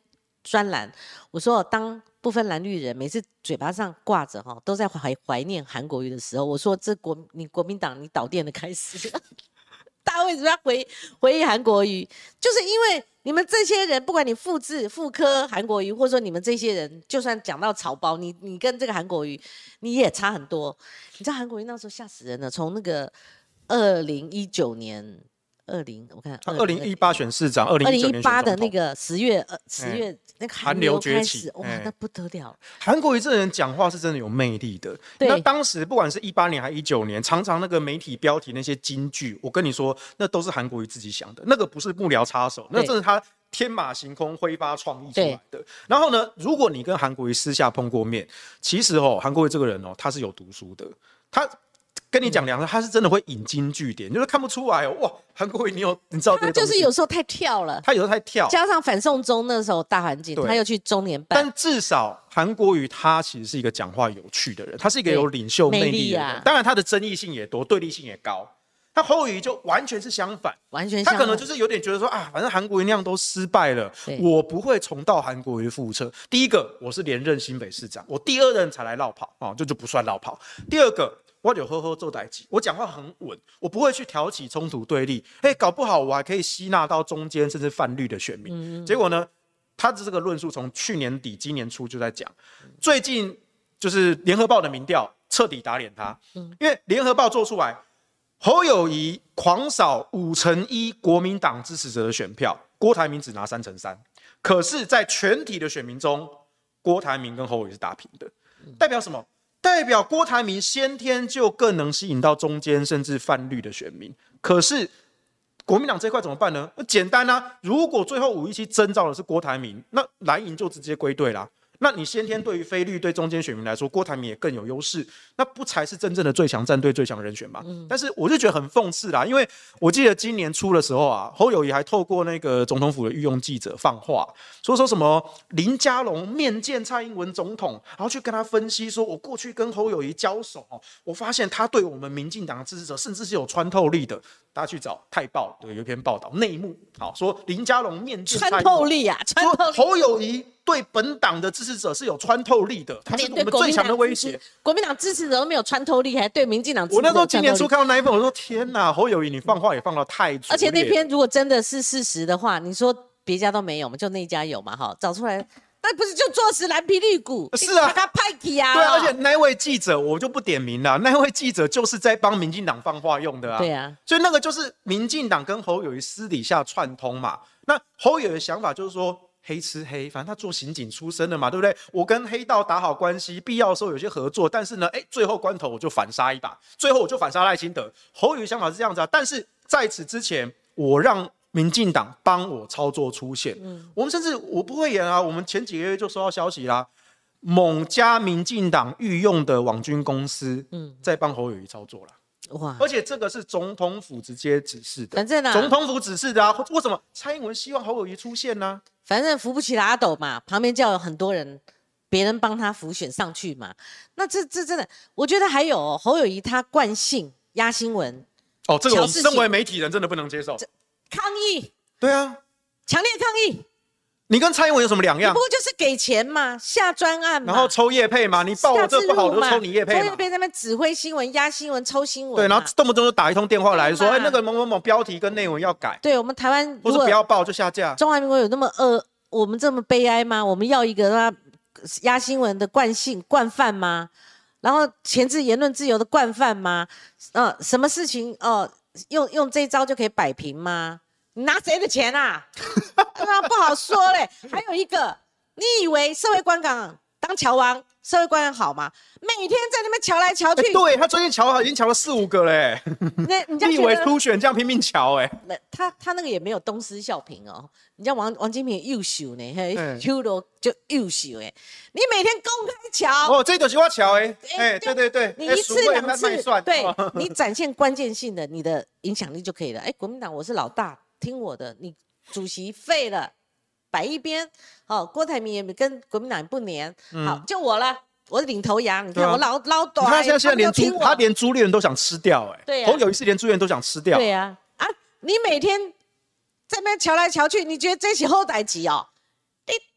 专栏，我说当不分蓝绿人每次嘴巴上挂着都在怀念韩国瑜的时候，我说你国民党你倒店的开始。大家为什么要回忆韩国瑜？就是因为你们这些人，不管你复刻韩国瑜，或者说你们这些人，就算讲到草包，你跟这个韩国瑜，你也差很多。你知道韩国瑜那时候吓死人了，从那个2019年。我看
2018选市长，2018
的那个10月那个韩流
崛起，
哇，那不得了！
韩国瑜这人讲话是真的有魅力的。那当时不管是18年还是19年，常常那个媒体标题那些金句，我跟你说，那都是韩国瑜自己想的，那个不是幕僚插手，那真是他天马行空、挥发创意出来的。然后呢，如果你跟韩国瑜私下碰过面，其实韩国瑜这个人他是有读书的，他。跟你讲他是真的会引经据典，就是看不出来哇，韩国瑜你知道这些东西，
他就是有时候太跳了，加上反送中那时候大环境，他又去中年办，
但至少韩国瑜他其实是一个讲话有趣的人，他是一个有领袖魅力的人，当然他的争议性也多，对立性也高。他侯友宜就完全是相反，他可能就是有点觉得说反正韩国瑜那样都失败了，我不会重蹈韩国瑜覆辙。第一个，我是连任新北市长，我第2任才来落跑这就不算落跑。第二个，我有好好做代志，我讲话很稳，我不会去挑起冲突对立。搞不好我还可以吸纳到中间甚至泛绿的选民。结果呢，他的这个论述从去年底今年初就在讲，最近就是联合报的民调彻底打脸他，因为联合报做出来。侯友宜狂扫1/5国民党支持者的选票，郭台铭只拿3/3。可是，在全体的选民中，郭台铭跟侯友宜是打平的，代表什么？代表郭台铭先天就更能吸引到中间甚至泛绿的选民。可是国民党这块怎么办呢？简单啊，如果最后517征召的是郭台铭，那蓝营就直接归队啦。那你先天对于非绿对中间选民来说，郭台铭也更有优势，那不才是真正的最强战队最强人选吗？但是我就觉得很讽刺啦，因为我记得今年初的时候侯友宜还透过那个总统府的御用记者放话，说什么林佳龙面见蔡英文总统，然后去跟他分析说，我过去跟侯友宜交手，我发现他对我们民进党的支持者甚至是有穿透力的。大家去找泰报有一篇报道内幕，说林佳龙面见蔡英文，
穿透力啊，穿透力。
侯友宜对本党的支持者是有穿透力的，他是我们最强的威胁。
国民党支持者都没有穿透力，还对民进党支持者
我那时候今年初看到那一份，我说天哪，侯友宜你放话也放到太足。
而且那篇如果真的是事实的话，你说别家都没有嘛，就那一家有嘛，找出来。那不是就坐实蓝皮绿骨？
是啊，
他派系啊。
对啊，而且那位记者我就不点名了，那位记者就是在帮民进党放话用的啊。
对啊，
所以那个就是民进党跟侯友宜私底下串通嘛。那侯友宜的想法就是说黑吃黑，反正他做刑警出身的嘛，对不对？我跟黑道打好关系，必要的时候有些合作，但是呢，最后关头我就反杀一把，最后我就反杀赖清德。侯友宜想法是这样子啊，但是在此之前，我让民进党帮我操作出现，我们甚至我不会演啊，我们前几个月就收到消息啦，某家民进党御用的网军公司，在帮侯友宜操作了。哇！而且这个是总统府直接指示的，
反正
总统府指示的啊。为什么蔡英文希望侯友宜出现呢？
反正扶不起的阿斗嘛，旁边就要有很多人，别人帮他扶选上去嘛。那这真的，我觉得还有侯友宜他惯性压新闻。
这个我们身为媒体人真的不能接受。
抗议，
对啊，
强烈抗议。
你跟蔡英文有什么两样？
不过就是给钱嘛，下专案嘛，
然后抽业配嘛，你报我这不好，我就抽你业配嘛。
抽业配在那边指挥新闻、压新闻、抽新闻。
对，然后动不动就打一通电话来说，那个某某某标题跟内文要改。
对，我们台湾
或是不要报就下架。
中华民国有那么我们这么悲哀吗？我们要一个压新闻的惯性惯犯吗？然后钳制言论自由的惯犯吗？什么事情用这一招就可以摆平吗？你拿谁的钱啊？不好说嘞。还有一个，你以为社会观感当侨王，社会观感好吗？每天在那边瞧来瞧去。
对，他最近瞧已经瞧了4-5个嘞。你以为初选这样拼命瞧
他那个也没有东施效颦哦。你叫王金平优秀呢，优柔就优秀哎。你每天公开瞧。
这就是我瞧对。
你1次2次，对你展现关键性的你的影响力就可以了。国民党我是老大。听我的，你主席废了，摆一边。郭台铭也跟国民党不黏，好，就我了，我是领头羊。你看我老短，
他现在连朱立伦都想吃掉，
对
侯友宜是连朱立伦都想吃掉。
对啊，你每天在那边瞧来瞧去，你觉得这是好代志哦？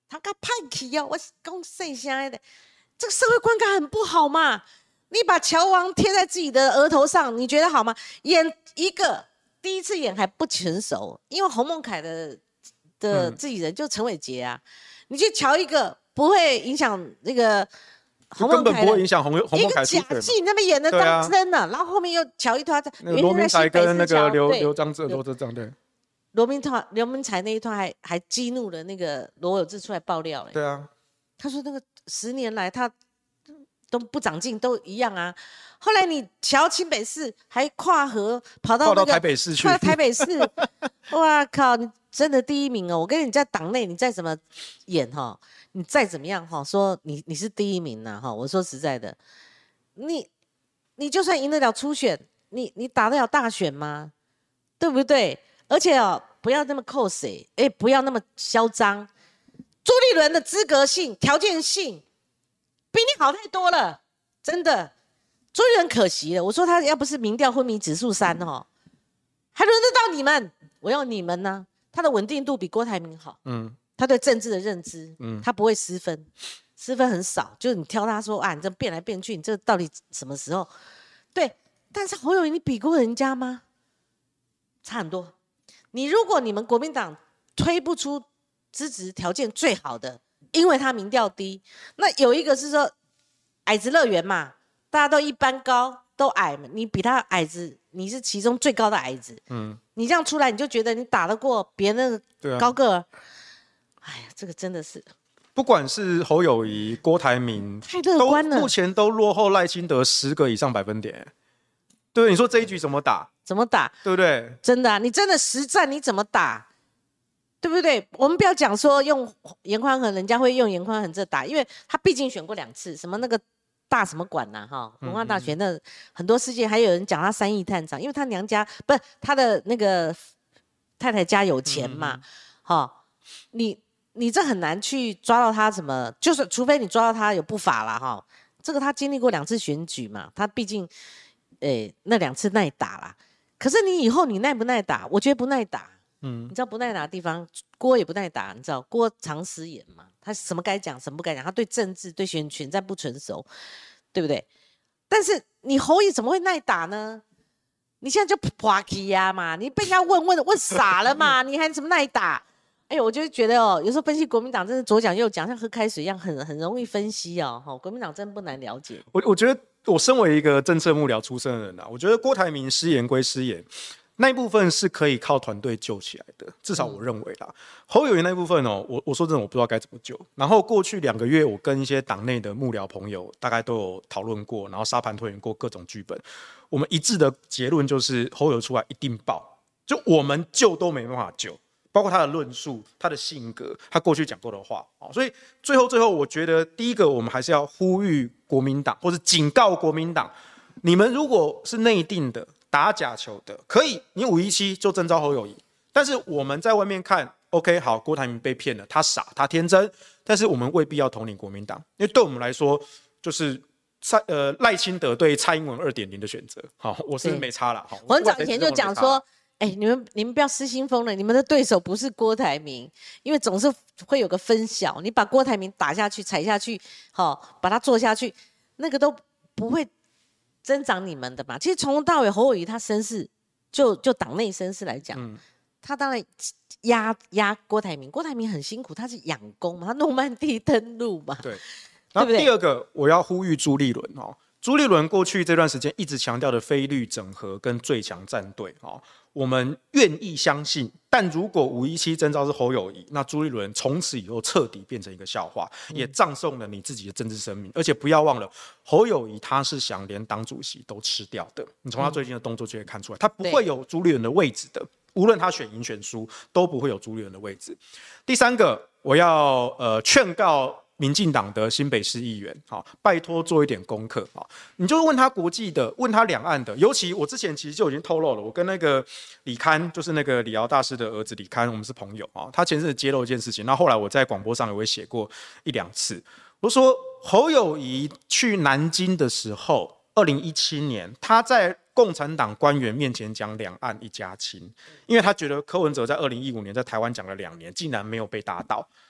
他个派气哦，我讲细声的，这个社会观感很不好嘛。你把乔王贴在自己的额头上，你觉得好吗？演一个第一次演还不成熟，因为洪孟凯的自己人就陈伟杰啊，你去瞧一个不会影响那个洪孟凯的，
根本不会影响洪孟凯出
假戏，你那边演的当真的，然后后面又瞧一团，
那个罗明才跟那个刘章这对。
罗明才那一段还激怒了那个罗有志出来爆料
对啊，
他说那个10年来他都不长进，都一样啊。后来你瞧新北市还跨河跑到
台北市去，
跨到台北市，哇靠！你真的第一名哦！我跟你在党内你再怎么演哈，你再怎么样哈，说你是第一名呐哈，我说实在的，你就算赢得了初选，你打得了大选吗？对不对？而且哦，不要那么扣谁，不要那么嚣张。朱立伦的资格性、条件性比你好太多了，真的。朱立伦可惜了，我说他要不是民调昏迷指数3哦，还轮得到你们？我要你们呢？他的稳定度比郭台铭好，他对政治的认知，他不会失分，失分很少。就是你挑他说啊，你这变来变去，你这到底什么时候？对，但是侯友宜你比过人家吗？差很多。如果你们国民党推不出资质条件最好的，因为他民调低，那有一个是说矮子乐园嘛，大家都一般高，都矮嘛，你比他矮子，你是其中最高的矮子，你这样出来，你就觉得你打得过别人的高个儿，哎呀，这个真的是。
不管是侯友宜、郭台铭，
太乐观了，
目前都落后赖清德10个以上百分点。对，你说这一局怎么打？
怎么打？
对不对？
真的啊，你真的实战你怎么打？对不对？我们不要讲说用严宽恒，人家会用严宽恒这打，因为他毕竟选过2次，什么那个大什么馆呐，哈，文化大学那很多事件，还有人讲他3亿探长，因为他娘家不是他的那个太太家有钱嘛，哈，你这很难去抓到他什么，就是除非你抓到他有不法啦，哈，这个他经历过2次选举嘛，他毕竟那2次耐打啦。可是你以后你耐不耐打？我觉得不耐打。你知道不耐打的地方，郭也不耐打。你知道郭常失言嘛？他什么该讲，什么不该讲。他对政治、对选战不成熟，对不对？但是你侯友怎么会耐打呢？你现在就滑稽呀嘛！你被人家问傻了嘛？你还怎么耐打？哎呦，我就觉得哦，有时候分析国民党真的左讲右讲，像喝开水一样，很容易分析哦。国民党真不难了解。
我觉得我身为一个政策幕僚出身的人啊，我觉得郭台铭失言归失言，那一部分是可以靠团队救起来的，至少我认为啦。侯友宜那一部分哦，我说真的，我不知道该怎么救。然后过去2个月，我跟一些党内的幕僚朋友大概都有讨论过，然后沙盘推演过各种剧本。我们一致的结论就是，侯友宜出来一定爆，就我们救都没办法救。包括他的论述、他的性格、他过去讲过的话，所以最后，我觉得第一个，我们还是要呼吁国民党，或者警告国民党：你们如果是内定的、打假球的，可以，你517就征召侯友宜。但是我们在外面看 ，OK， 好，郭台铭被骗了，他傻，他天真，但是我们未必要统领国民党，因为对我们来说，就是赖清德对蔡英文2.0的选择。好，我是没差了。
我很早以前就讲说。你们不要失心疯了，你们的对手不是郭台铭，因为总是会有个分晓，你把郭台铭打下去、踩下去，把他做下去，那个都不会增长你们的嘛。其实从头到尾，侯友宜他身世，就党内身世来讲，他当然压郭台铭，郭台铭很辛苦，他是养功嘛，他诺曼底登陆嘛，
对。然后第二个，我要呼吁朱立伦哦。朱立伦过去这段时间一直强调的非绿整合跟最强战队，我们愿意相信。但如果517征召是侯友宜，那朱立伦从此以后彻底变成一个笑话，也葬送了你自己的政治生命。而且不要忘了，侯友宜他是想连党主席都吃掉的。你从他最近的动作就可以看出来，他不会有朱立伦的位置的。无论他选赢选输，都不会有朱立伦的位置。第三个，我要劝告民进党的新北市议员，拜托做一点功课，你就问他国际的，问他两岸的，尤其我之前其实就已经透露了，我跟那个李堪，就是那个李敖大师的儿子李堪，我们是朋友啊。他前阵子揭露一件事情，那后来我在广播上也会写过1-2次，我说侯友宜去南京的时候，2017年他在共产党官员面前讲两岸一家亲，因为他觉得柯文哲在2015年在台湾讲了2年，竟然没有被打倒。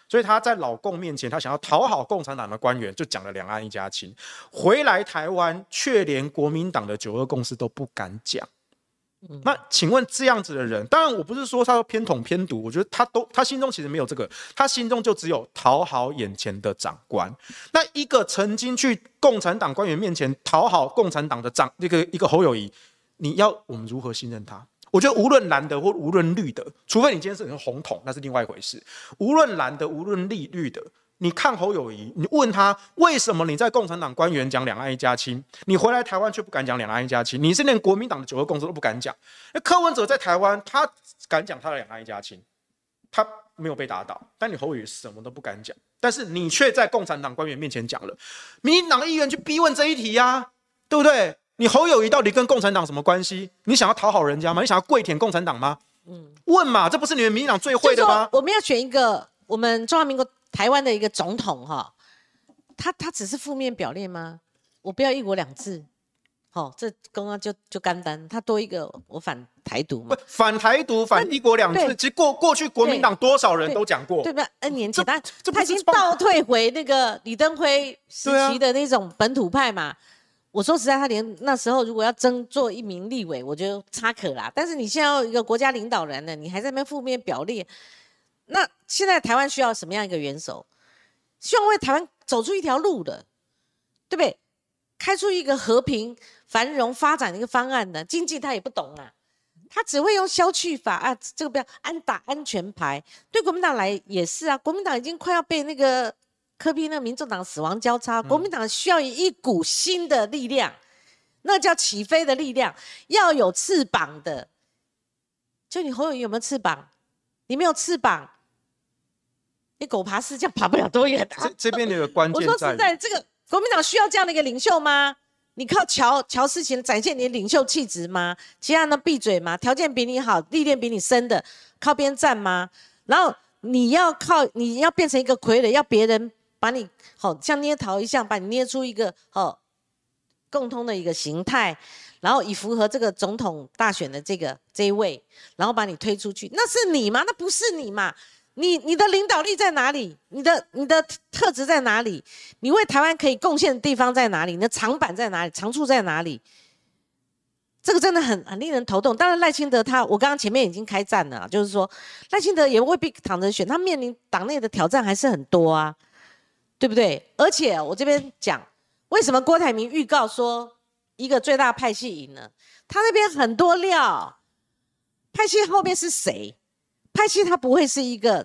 所以他在老共面前，他想要讨好共产党的官员，就讲了两岸一家亲。回来台湾，却连国民党的九二共识都不敢讲。那请问这样子的人，当然我不是说他偏统偏独，我觉得他心中其实没有这个，他心中就只有讨好眼前的长官。那一个曾经去共产党官员面前讨好共产党的一个侯友宜，你要我们如何信任他？我觉得无论蓝的或无论绿的，除非你今天是很红统，那是另外一回事。无论蓝的，无论绿的，你看侯友宜，你问他为什么你在共产党官员讲两岸一家亲，你回来台湾却不敢讲两岸一家亲？你是连国民党的九二共识都不敢讲。那柯文哲在台湾，他敢讲他的两岸一家亲，他没有被打倒，但你侯友宜什么都不敢讲，但是你却在共产党官员面前讲了。民进党议员去逼问这一题啊，对不对？你侯友宜到底跟共产党什么关系？你想要讨好人家吗？你想要跪舔共产党吗？问嘛，这不是你们民进党最会的吗？
我们要选一个我们中华民国台湾的一个总统哈，他只是负面表列吗？我不要一国两制，这刚刚就干单，他多一个我反台独嘛，
反台独反一国两制，其实过去国民党多少人都讲过，
对吧？N 年前他已经倒退回那个李登辉时期的那种本土派嘛。我说实在，他连那时候如果要做一名立委，我觉得差可啦。但是你现在要一个国家领导人呢，你还在那边负面表列，那现在台湾需要什么样一个元首？希望为台湾走出一条路的，对不对？开出一个和平、繁荣、发展的一个方案的。经济他也不懂啊，他只会用消去法啊，这个不要打安全牌。对国民党来也是啊，国民党已经快要被那个柯 P 那个民众党死亡交叉，国民党需要一股新的力量，那叫起飞的力量，要有翅膀的。就你侯友宜有没有翅膀？你没有翅膀，你狗爬式这样爬不了多远啊。
这边的关键在于，
我说实在，这个国民党需要这样的一个领袖吗？你靠乔事情展现你的领袖气质吗？其他人都闭嘴吗？条件比你好，历练比你深的，靠边站吗？然后你要变成一个傀儡，要别人把你像捏陶一样，把你捏出一个共通的一个形态，然后以符合这个总统大选的这一位，然后把你推出去，那是你吗？那不是你嘛？你的领导力在哪里？你的特质在哪里？你为台湾可以贡献的地方在哪里？你的长板在哪里？长处在哪里？这个真的很令人头痛。当然赖清德我刚刚前面已经开战了，就是说赖清德也未必躺着选，他面临党内的挑战还是很多啊，对不对？而且我这边讲，为什么郭台铭预告说一个最大派系赢了？他那边很多料，派系后面是谁？派系它不会是一个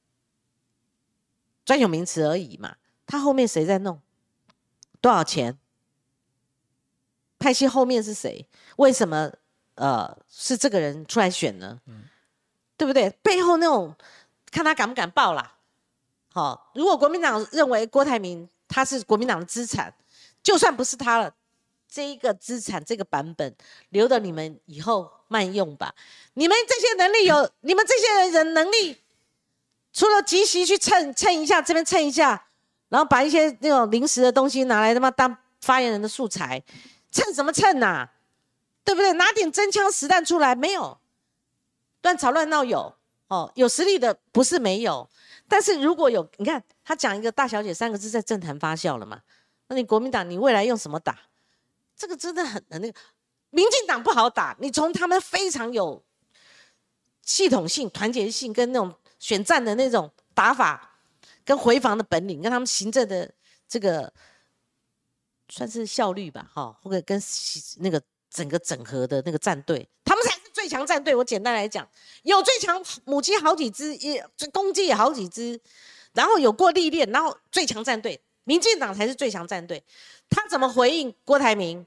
专有名词而已嘛，它后面谁在弄？多少钱？派系后面是谁？为什么是这个人出来选呢？对不对？背后那种看他敢不敢报啦。如果国民党认为郭台铭他是国民党的资产，就算不是他了，这一个资产这个版本留着你们以后慢用吧。你们这些能力你们这些人能力，除了即席去蹭一下，这边蹭一下，然后把一些那种临时的东西拿来他妈当发言人的素材，蹭什么蹭啊？对不对？拿点真枪实弹出来没有？乱吵乱闹有实力的不是没有，但是如果有，你看他讲一个大小姐3个字在政坛发酵了嘛？那你国民党你未来用什么打？这个真的很那个，民进党不好打，你从他们非常有系统性、团结性跟那种选战的那种打法，跟回防的本领，跟他们行政的这个算是效率吧，或者跟那个整个整合的那个战队，他们才是最强战队。我简单来讲，有最强母鸡好几只，公鸡也好几只，然后有过历练，然后最强战队，民进党才是最强战队。他怎么回应郭台铭？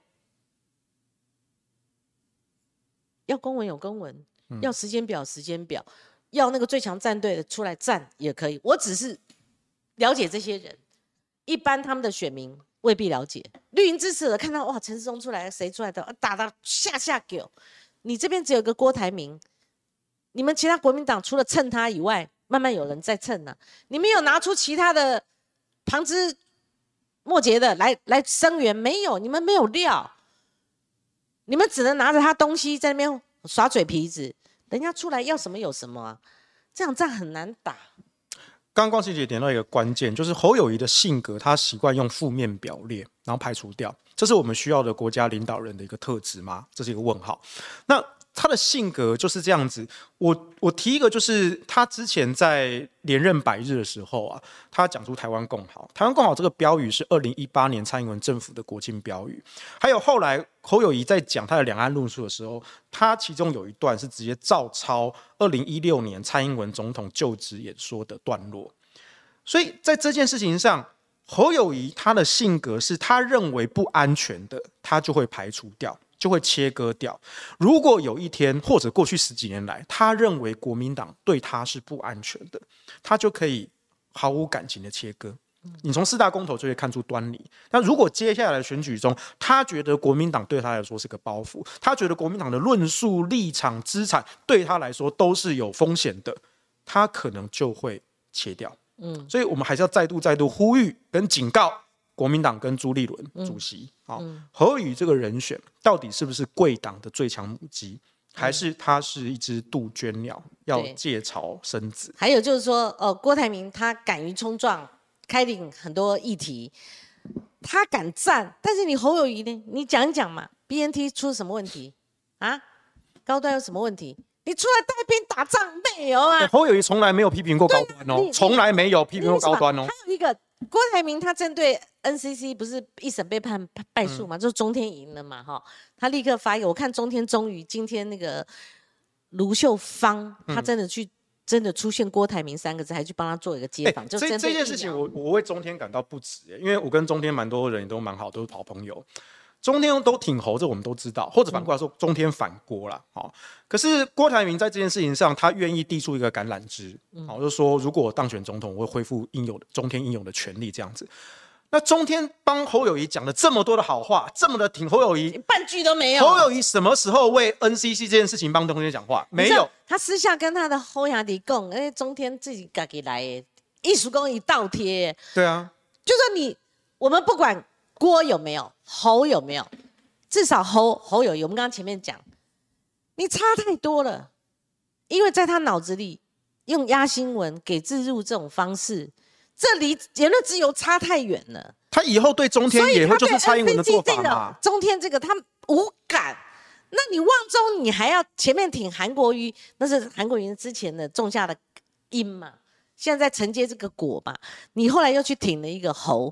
要公文有公文，要时间表时间表，要那个最强战队的出来站也可以。我只是了解这些人，一般他们的选民未必了解。绿营支持者看到哇，陈时中出来，谁出来的？打到下给我。你这边只有个郭台铭，你们其他国民党除了蹭他以外，慢慢有人在蹭呢、你们有拿出其他的旁枝末节的来声援？没有，你们没有料，你们只能拿着他东西在那边耍嘴皮子，人家出来要什么有什么啊，这样战很难打。
刚光琦姐点到一个关键，就是侯友宜的性格，他习惯用负面表列，然后排除掉，这是我们需要的国家领导人的一个特质吗？这是一个问号。那他的性格就是这样子。我提一个，就是他之前在连任100日的时候啊，他讲出台湾共好。台湾共好这个标语是2018年蔡英文政府的国庆标语。还有后来侯友宜在讲他的两岸论述的时候，他其中有一段是直接照抄2016年蔡英文总统就职演说的段落。所以在这件事情上，侯友宜他的性格是他认为不安全的，他就会排除掉，就会切割掉。如果有一天或者过去10几年来，他认为国民党对他是不安全的，他就可以毫无感情的切割。你从4大公投就会看出端倪。那如果接下来的选举中，他觉得国民党对他来说是个包袱，他觉得国民党的论述、立场、资产对他来说都是有风险的，他可能就会切掉。所以我们还是要再度呼吁跟警告国民党跟朱立伦主席，侯友宜这个人选到底是不是贵党的最强母鸡，还是他是一只杜鹃鸟，要借巢生子？
还有就是说，郭台铭他敢于冲撞，开领很多议题，他敢战，但是你侯友宜呢？你讲一讲嘛 ，BNT 出了什么问题啊？高端有什么问题？你出来带兵打仗没有啊？
侯友宜从来没有批评过高端哦，从来没有批评过高端哦。
还有一个郭台铭，他针对 NCC 不是一审被判败诉嘛，就是中天赢了嘛，哈，他立刻发言。我看中天终于今天那个卢秀芳，他真的出现郭台铭3个字，还去帮他做一个街访。就
这件事情我为中天感到不值，因为我跟中天蛮多人也都蛮好，都是好朋友。中天都挺侯，这我们都知道，或者反过来说，中天反郭啦。可是郭台铭在这件事情上，他愿意递出一个橄榄枝，就是说，如果我当选总统，我会恢复中天应有的权利，这样子。那中天帮侯友宜讲了这么多的好话，这么的挺侯友宜，
半句都没有。
侯友宜什么时候为 NCC 这件事情帮中天讲话？没有。
他私下跟他的侯兄弟讲，中天自己自己来的，艺术工艺倒贴。
对啊，
就说我们不管郭有没有，侯有没有，至少侯友宜，我们刚刚前面讲，你差太多了，因为在他脑子里用压新闻给置入这种方式，这离言论自由差太远了。
他以后对中天也会就是蔡英文的做法嘛？
中天这个他无感，那你旺中你还要前面挺韩国瑜，那是韩国瑜之前的种下的因嘛，现在在承接这个果嘛，你后来又去挺了一个侯，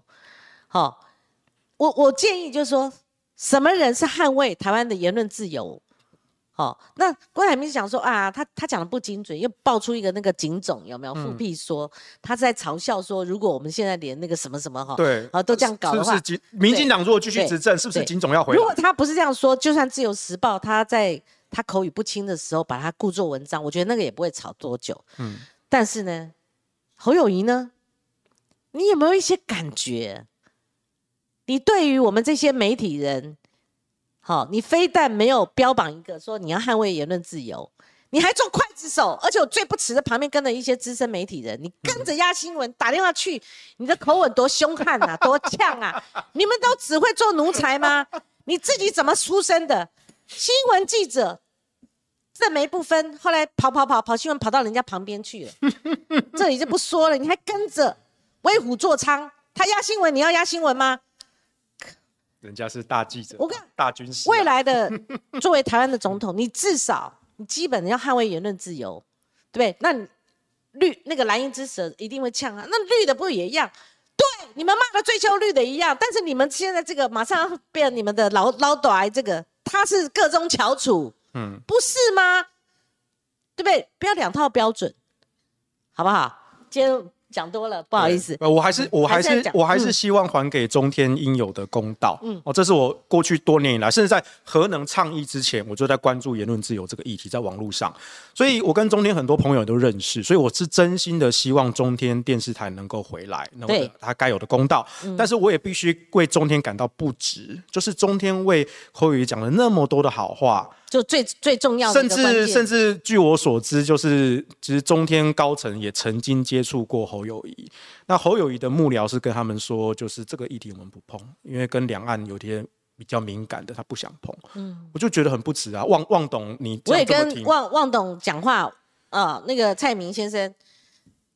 我建议就是说，什么人是捍卫台湾的言论自由？那郭台铭想说啊，他讲的不精准，又爆出一个那个警总有没有复辟说，他在嘲笑说，如果我们现在连那个什么什么
对，
都这样搞的话，
是不是民进党如果继续执政，是不是警总要回来？
如果他不是这样说，就算自由时报他在他口语不清的时候把他故作文章，我觉得那个也不会吵多久。但是呢，侯友宜呢，你有没有一些感觉？你对于我们这些媒体人，你非但没有标榜一个说你要捍卫言论自由，你还做刽子手，而且我最不耻的旁边跟着一些资深媒体人，你跟着压新闻打电话去，你的口吻多凶悍啊，多呛啊！你们都只会做奴才吗？你自己怎么出身的？新闻记者正媒不分，后来跑新闻跑到人家旁边去了，这里就不说了，你还跟着为虎作伥，他压新闻，你要压新闻吗？
人家是大记者，
我看
大军师。
未来的作为台湾的总统，你至少你基本要捍卫言论自由，对不对？那那个蓝营之蛇一定会呛啊，那绿的不也一样？对，你们骂的追求绿的一样，但是你们现在这个马上变你们的老短这个，他是各中翘楚，不是吗？对不对？不要两套标准，好不好？今天讲多了，不好意思。
我还是希望还给中天应有的公道。这是我过去多年以来，甚至在核能倡议之前，我就在关注言论自由这个议题，在网络上。所以我跟中天很多朋友都认识，所以我是真心的希望中天电视台能够回来，能够他该有的公道。但是我也必须为中天感到不值，就是中天为侯友宜讲了那么多的好话。
就最重要的一个关键，
甚至据我所知，其实中天高层也曾经接触过侯友宜。那侯友宜的幕僚是跟他们说，就是这个议题我们不碰，因为跟两岸有些比较敏感的，他不想碰。我就觉得很不值啊，旺董你这样这么听，
我也跟旺董讲话那个蔡明先生，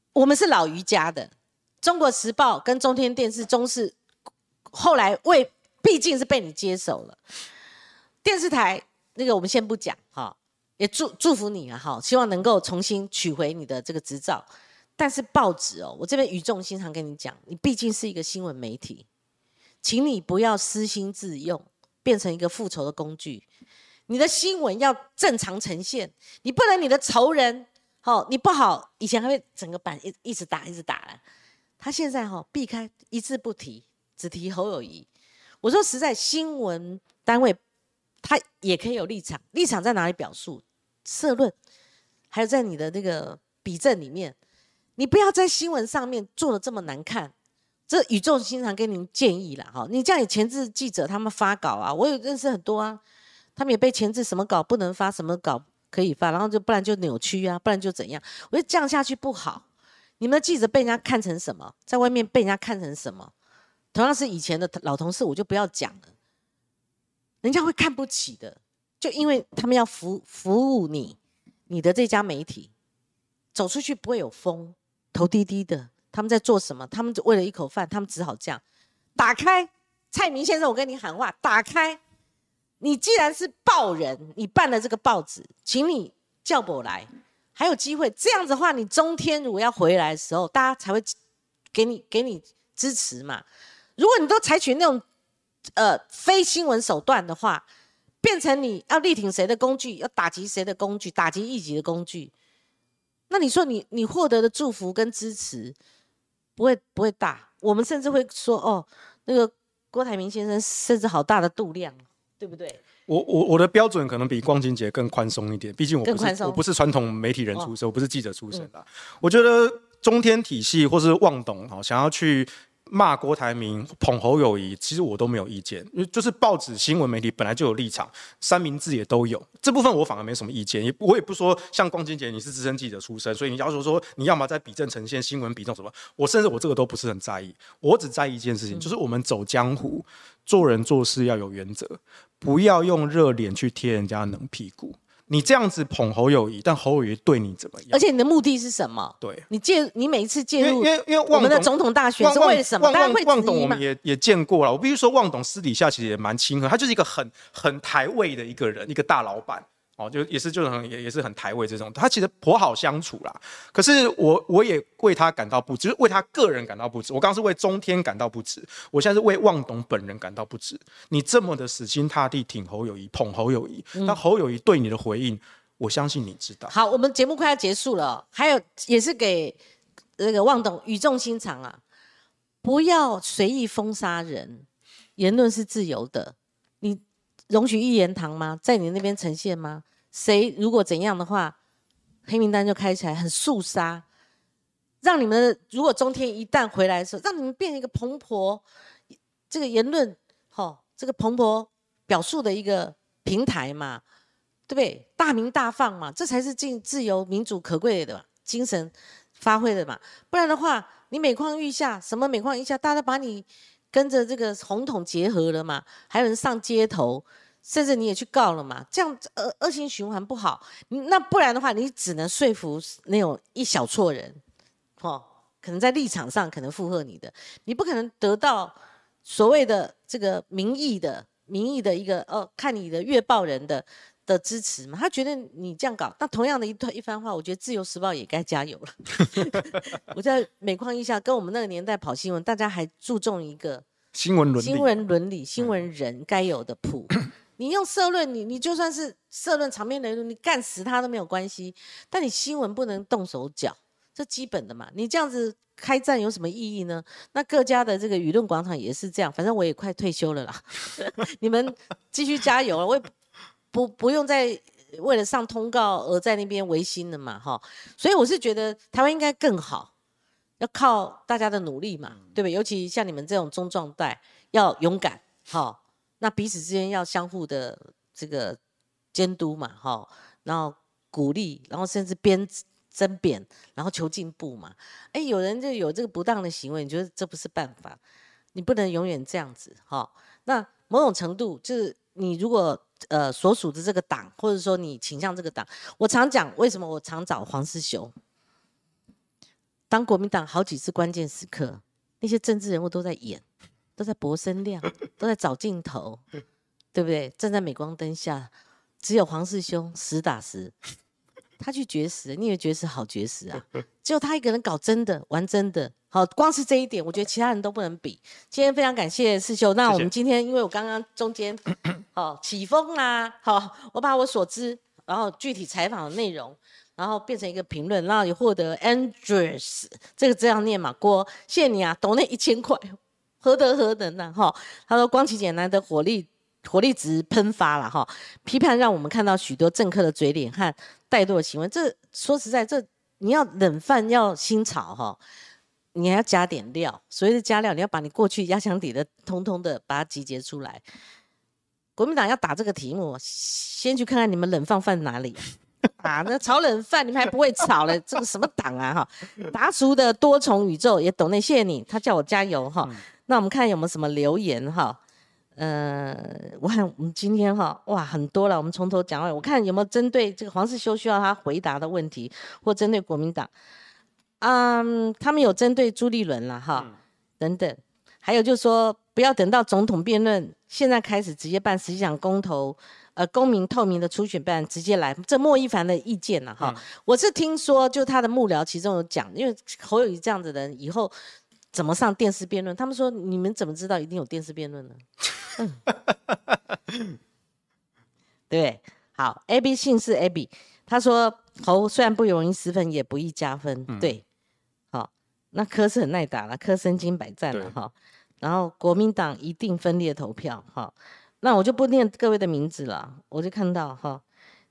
我们是老瑜伽的，中国时报跟中天电视、中视后来毕竟是被你接手了，电视台那个我们先不讲哈，也祝福你啊哈，希望能够重新取回你的这个执照。但是报纸哦，我这边语重心长跟你讲，你毕竟是一个新闻媒体，请你不要私心自用，变成一个复仇的工具。你的新闻要正常呈现，你不能你的仇人，你不好，以前还会整个版一直打了，他现在避开一字不提，只提侯友宜。我说实在，新闻单位他也可以有立场，立场在哪里表述？社论，还有在你的那个笔证里面。你不要在新闻上面做的这么难看，这语重心长跟您建议啦哈。你这样，前置记者他们发稿啊，我有认识很多啊，他们也被前置什么稿不能发，什么稿可以发，然后不然就扭曲啊，不然就怎样。我觉得这样下去不好。你们的记者被人家看成什么，在外面被人家看成什么？同样是以前的老同事，我就不要讲了，人家会看不起的，就因为他们要服务你的这家媒体，走出去不会有风。头低低的，他们在做什么？他们为了一口饭，他们只好这样打开。蔡明先生，我跟你喊话，打开！你既然是报人，你办了这个报纸，请你叫我来，还有机会。这样子的话，你中天如果要回来的时候，大家才会给你支持嘛。如果你都采取那种非新闻手段的话，变成你要力挺谁的工具，要打击谁的工具，打击异己的工具。那你说你获得的祝福跟支持不会大，我们甚至会说那个郭台铭先生甚至好大的度量，对不对？
我的标准可能比光晴姐更宽松一点，毕竟我不是传统媒体人出身，我不是记者出身的。我觉得中天体系或是旺董想要去骂郭台铭、捧侯友宜，其实我都没有意见，因为就是报纸、新闻媒体本来就有立场，三明治也都有，这部分我反而没什么意见。我也不说像光晴姐你是资深记者出身，所以你要求说你要么在笔证呈现新闻比重什么，我甚至我这个都不是很在意，我只在意一件事情，就是我们走江湖，做人做事要有原则，不要用热脸去贴人家冷屁股。你这样子捧侯友宜，但侯友宜对你怎么样？
而且你的目的是什么？
对，
你每一次介入，
因为
我们的总统大选是为了什么？大家会质疑嘛？
旺董我们也见过了，我必须说，旺董私底下其实也蛮亲和，他就是一个很台味的一个人，一个大老板。就也是很台味这种，他其实颇好相处啦。可是我也为他感到不值，就是为他个人感到不值。我刚刚是为中天感到不值，我现在是为旺董本人感到不值。你这么的死心塌地挺侯友宜、捧侯友宜，那侯友宜对你的回应，我相信你知道。
好，我们节目快要结束了，还有也是给那个旺董语重心长啊，不要随意封杀人，言论是自由的，你容许一言堂吗？在你那边呈现吗？谁如果怎样的话，黑名单就开起来，很肃杀，让你们如果中天一旦回来的时候，让你们变成一个蓬勃这个言论，这个蓬勃表述的一个平台嘛，对不对？大鸣大放嘛，这才是自由民主可贵的嘛精神发挥的嘛。不然的话，你每况愈下，什么每况愈下，大家把你跟着这个红统结合了嘛，还有人上街头。甚至你也去告了嘛，这样恶性循环不好。那不然的话，你只能说服那种一小撮人，可能在立场上可能附和你的，你不可能得到所谓的这个民意的一个看你的月报人的支持嘛。他觉得你这样搞，那同样的一番话，我觉得《自由时报》也该加油了。我在每况愈下，跟我们那个年代跑新闻，大家还注重一个
新闻
伦理、新闻人该有的谱。你用社论，你就算是社论场面人物，你干死他都没有关系，但你新闻不能动手脚，这基本的嘛。你这样子开战有什么意义呢？那各家的这个舆论广场也是这样，反正我也快退休了啦，你们继续加油了，我也不用再为了上通告而在那边违心了嘛，所以我是觉得台湾应该更好，要靠大家的努力嘛，对不对？尤其像你们这种中壮代，要勇敢，那彼此之间要相互的这个监督嘛，然后鼓励，然后甚至争辩，然后求进步嘛。有人就有这个不当的行为，你觉得这不是办法？你不能永远这样子，那某种程度就是你如果所属的这个党，或者说你倾向这个党，我常讲为什么我常找黄士修。 当国民党好几次关键时刻，那些政治人物都在演，都在博声量，都在找镜头，对不对？站在镁光灯下，只有黄世修实打实，他去绝食，你以为绝食好绝食啊？只有他一个人搞真的，玩真的。好，光是这一点，我觉得其他人都不能比。今天非常感谢世修。那我们今天，因为我刚刚中间起风啦，好，我把我所知，然后具体采访的内容，然后变成一个评论，然后也获得 Andrews 这样念嘛，郭，谢谢你啊，抖那1000块，何德呢？哈，他说光启姐难得火力值喷发了哈，批判让我们看到许多政客的嘴脸和怠惰的行为。这说实在，这你要冷饭要新炒哈。你还要加点料，所谓的加料，你要把你过去压箱底的通通的把它集结出来。国民党要打这个题目，先去看看你们冷饭放哪里啊？那炒冷饭你们还不会炒了，这个什么党啊？哈，达叔的多重宇宙也懂那，谢谢你，他叫我加油哈。那我们看有没有什么留言哈？我看我们今天哈，哇，很多了，我们从头讲完。我看有没有针对这个黄世修需要他回答的问题，或针对国民党。他们有针对朱立伦啦哈，等等，还有就是说不要等到总统辩论，现在开始直接办，实际上公投，公民透明的初选办直接来，这莫一凡的意见了哈。我是听说就他的幕僚其中有讲，因为侯友宜这样子的人以后怎么上电视辩论，他们说你们怎么知道一定有电视辩论呢？对，好 ，AB 姓氏 AB， 他说侯虽然不容易失分，也不易加分，对。那柯是很耐打了，柯身经百战了哈。然后国民党一定分裂投票哈。那我就不念各位的名字了，我就看到哈，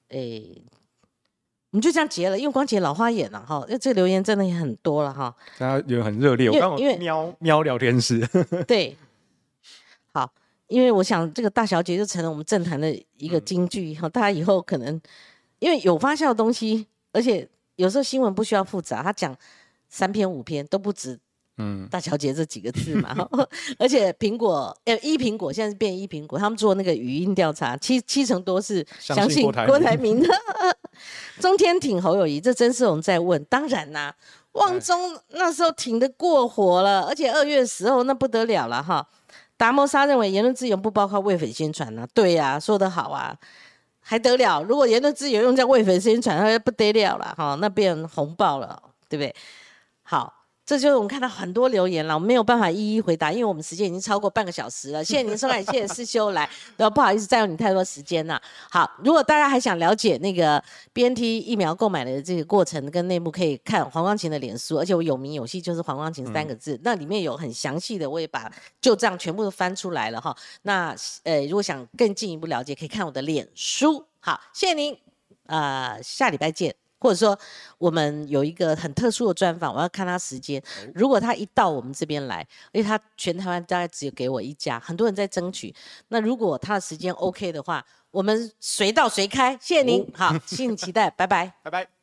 我们就这样结了，因为光结老花眼了哈。因为这个留言真的也很多了哈。
大家有很热烈，我刚好瞄聊天室。对，
好，因为我想这个大小姐就成了我们政坛的一个金句哈。大家以后可能因为有发酵的东西，而且有时候新闻不需要复杂，他讲3篇5篇都不止大小姐这几个字嘛。而且苹果苹果现在是变苹果，他们做那个语音调查，7成多是相信郭台铭的。中天挺侯友宜，这曾世荣在问，当然啦，旺中那时候挺得过火了，而且2月的时候那不得了了哈。达摩沙认为言论自由不包括为匪宣传啊，对啊，说得好啊。还得了，如果言论自由用在为匪宣传，那不得了了哈，那变红爆了，对不对？好，这就是我们看到很多留言了，我们没有办法一一回答，因为我们时间已经超过半个小时了。谢谢您收看，谢谢世修来，不好意思占用你太多时间了。好，如果大家还想了解那个 BNT 疫苗购买的这个过程跟内幕，可以看黄光芹的脸书，而且我有名有姓就是黄光芹3个字，那里面有很详细的，我也把就这样全部都翻出来了哈。那如果想更进一步了解，可以看我的脸书。好，谢谢您，下礼拜见。或者说我们有一个很特殊的专访，我要看他时间。如果他一到我们这边来，因为他全台湾大概只有给我1家，很多人在争取。那如果他的时间 OK 的话，我们随到随开。谢谢您，好，敬请期待，拜拜，
拜拜。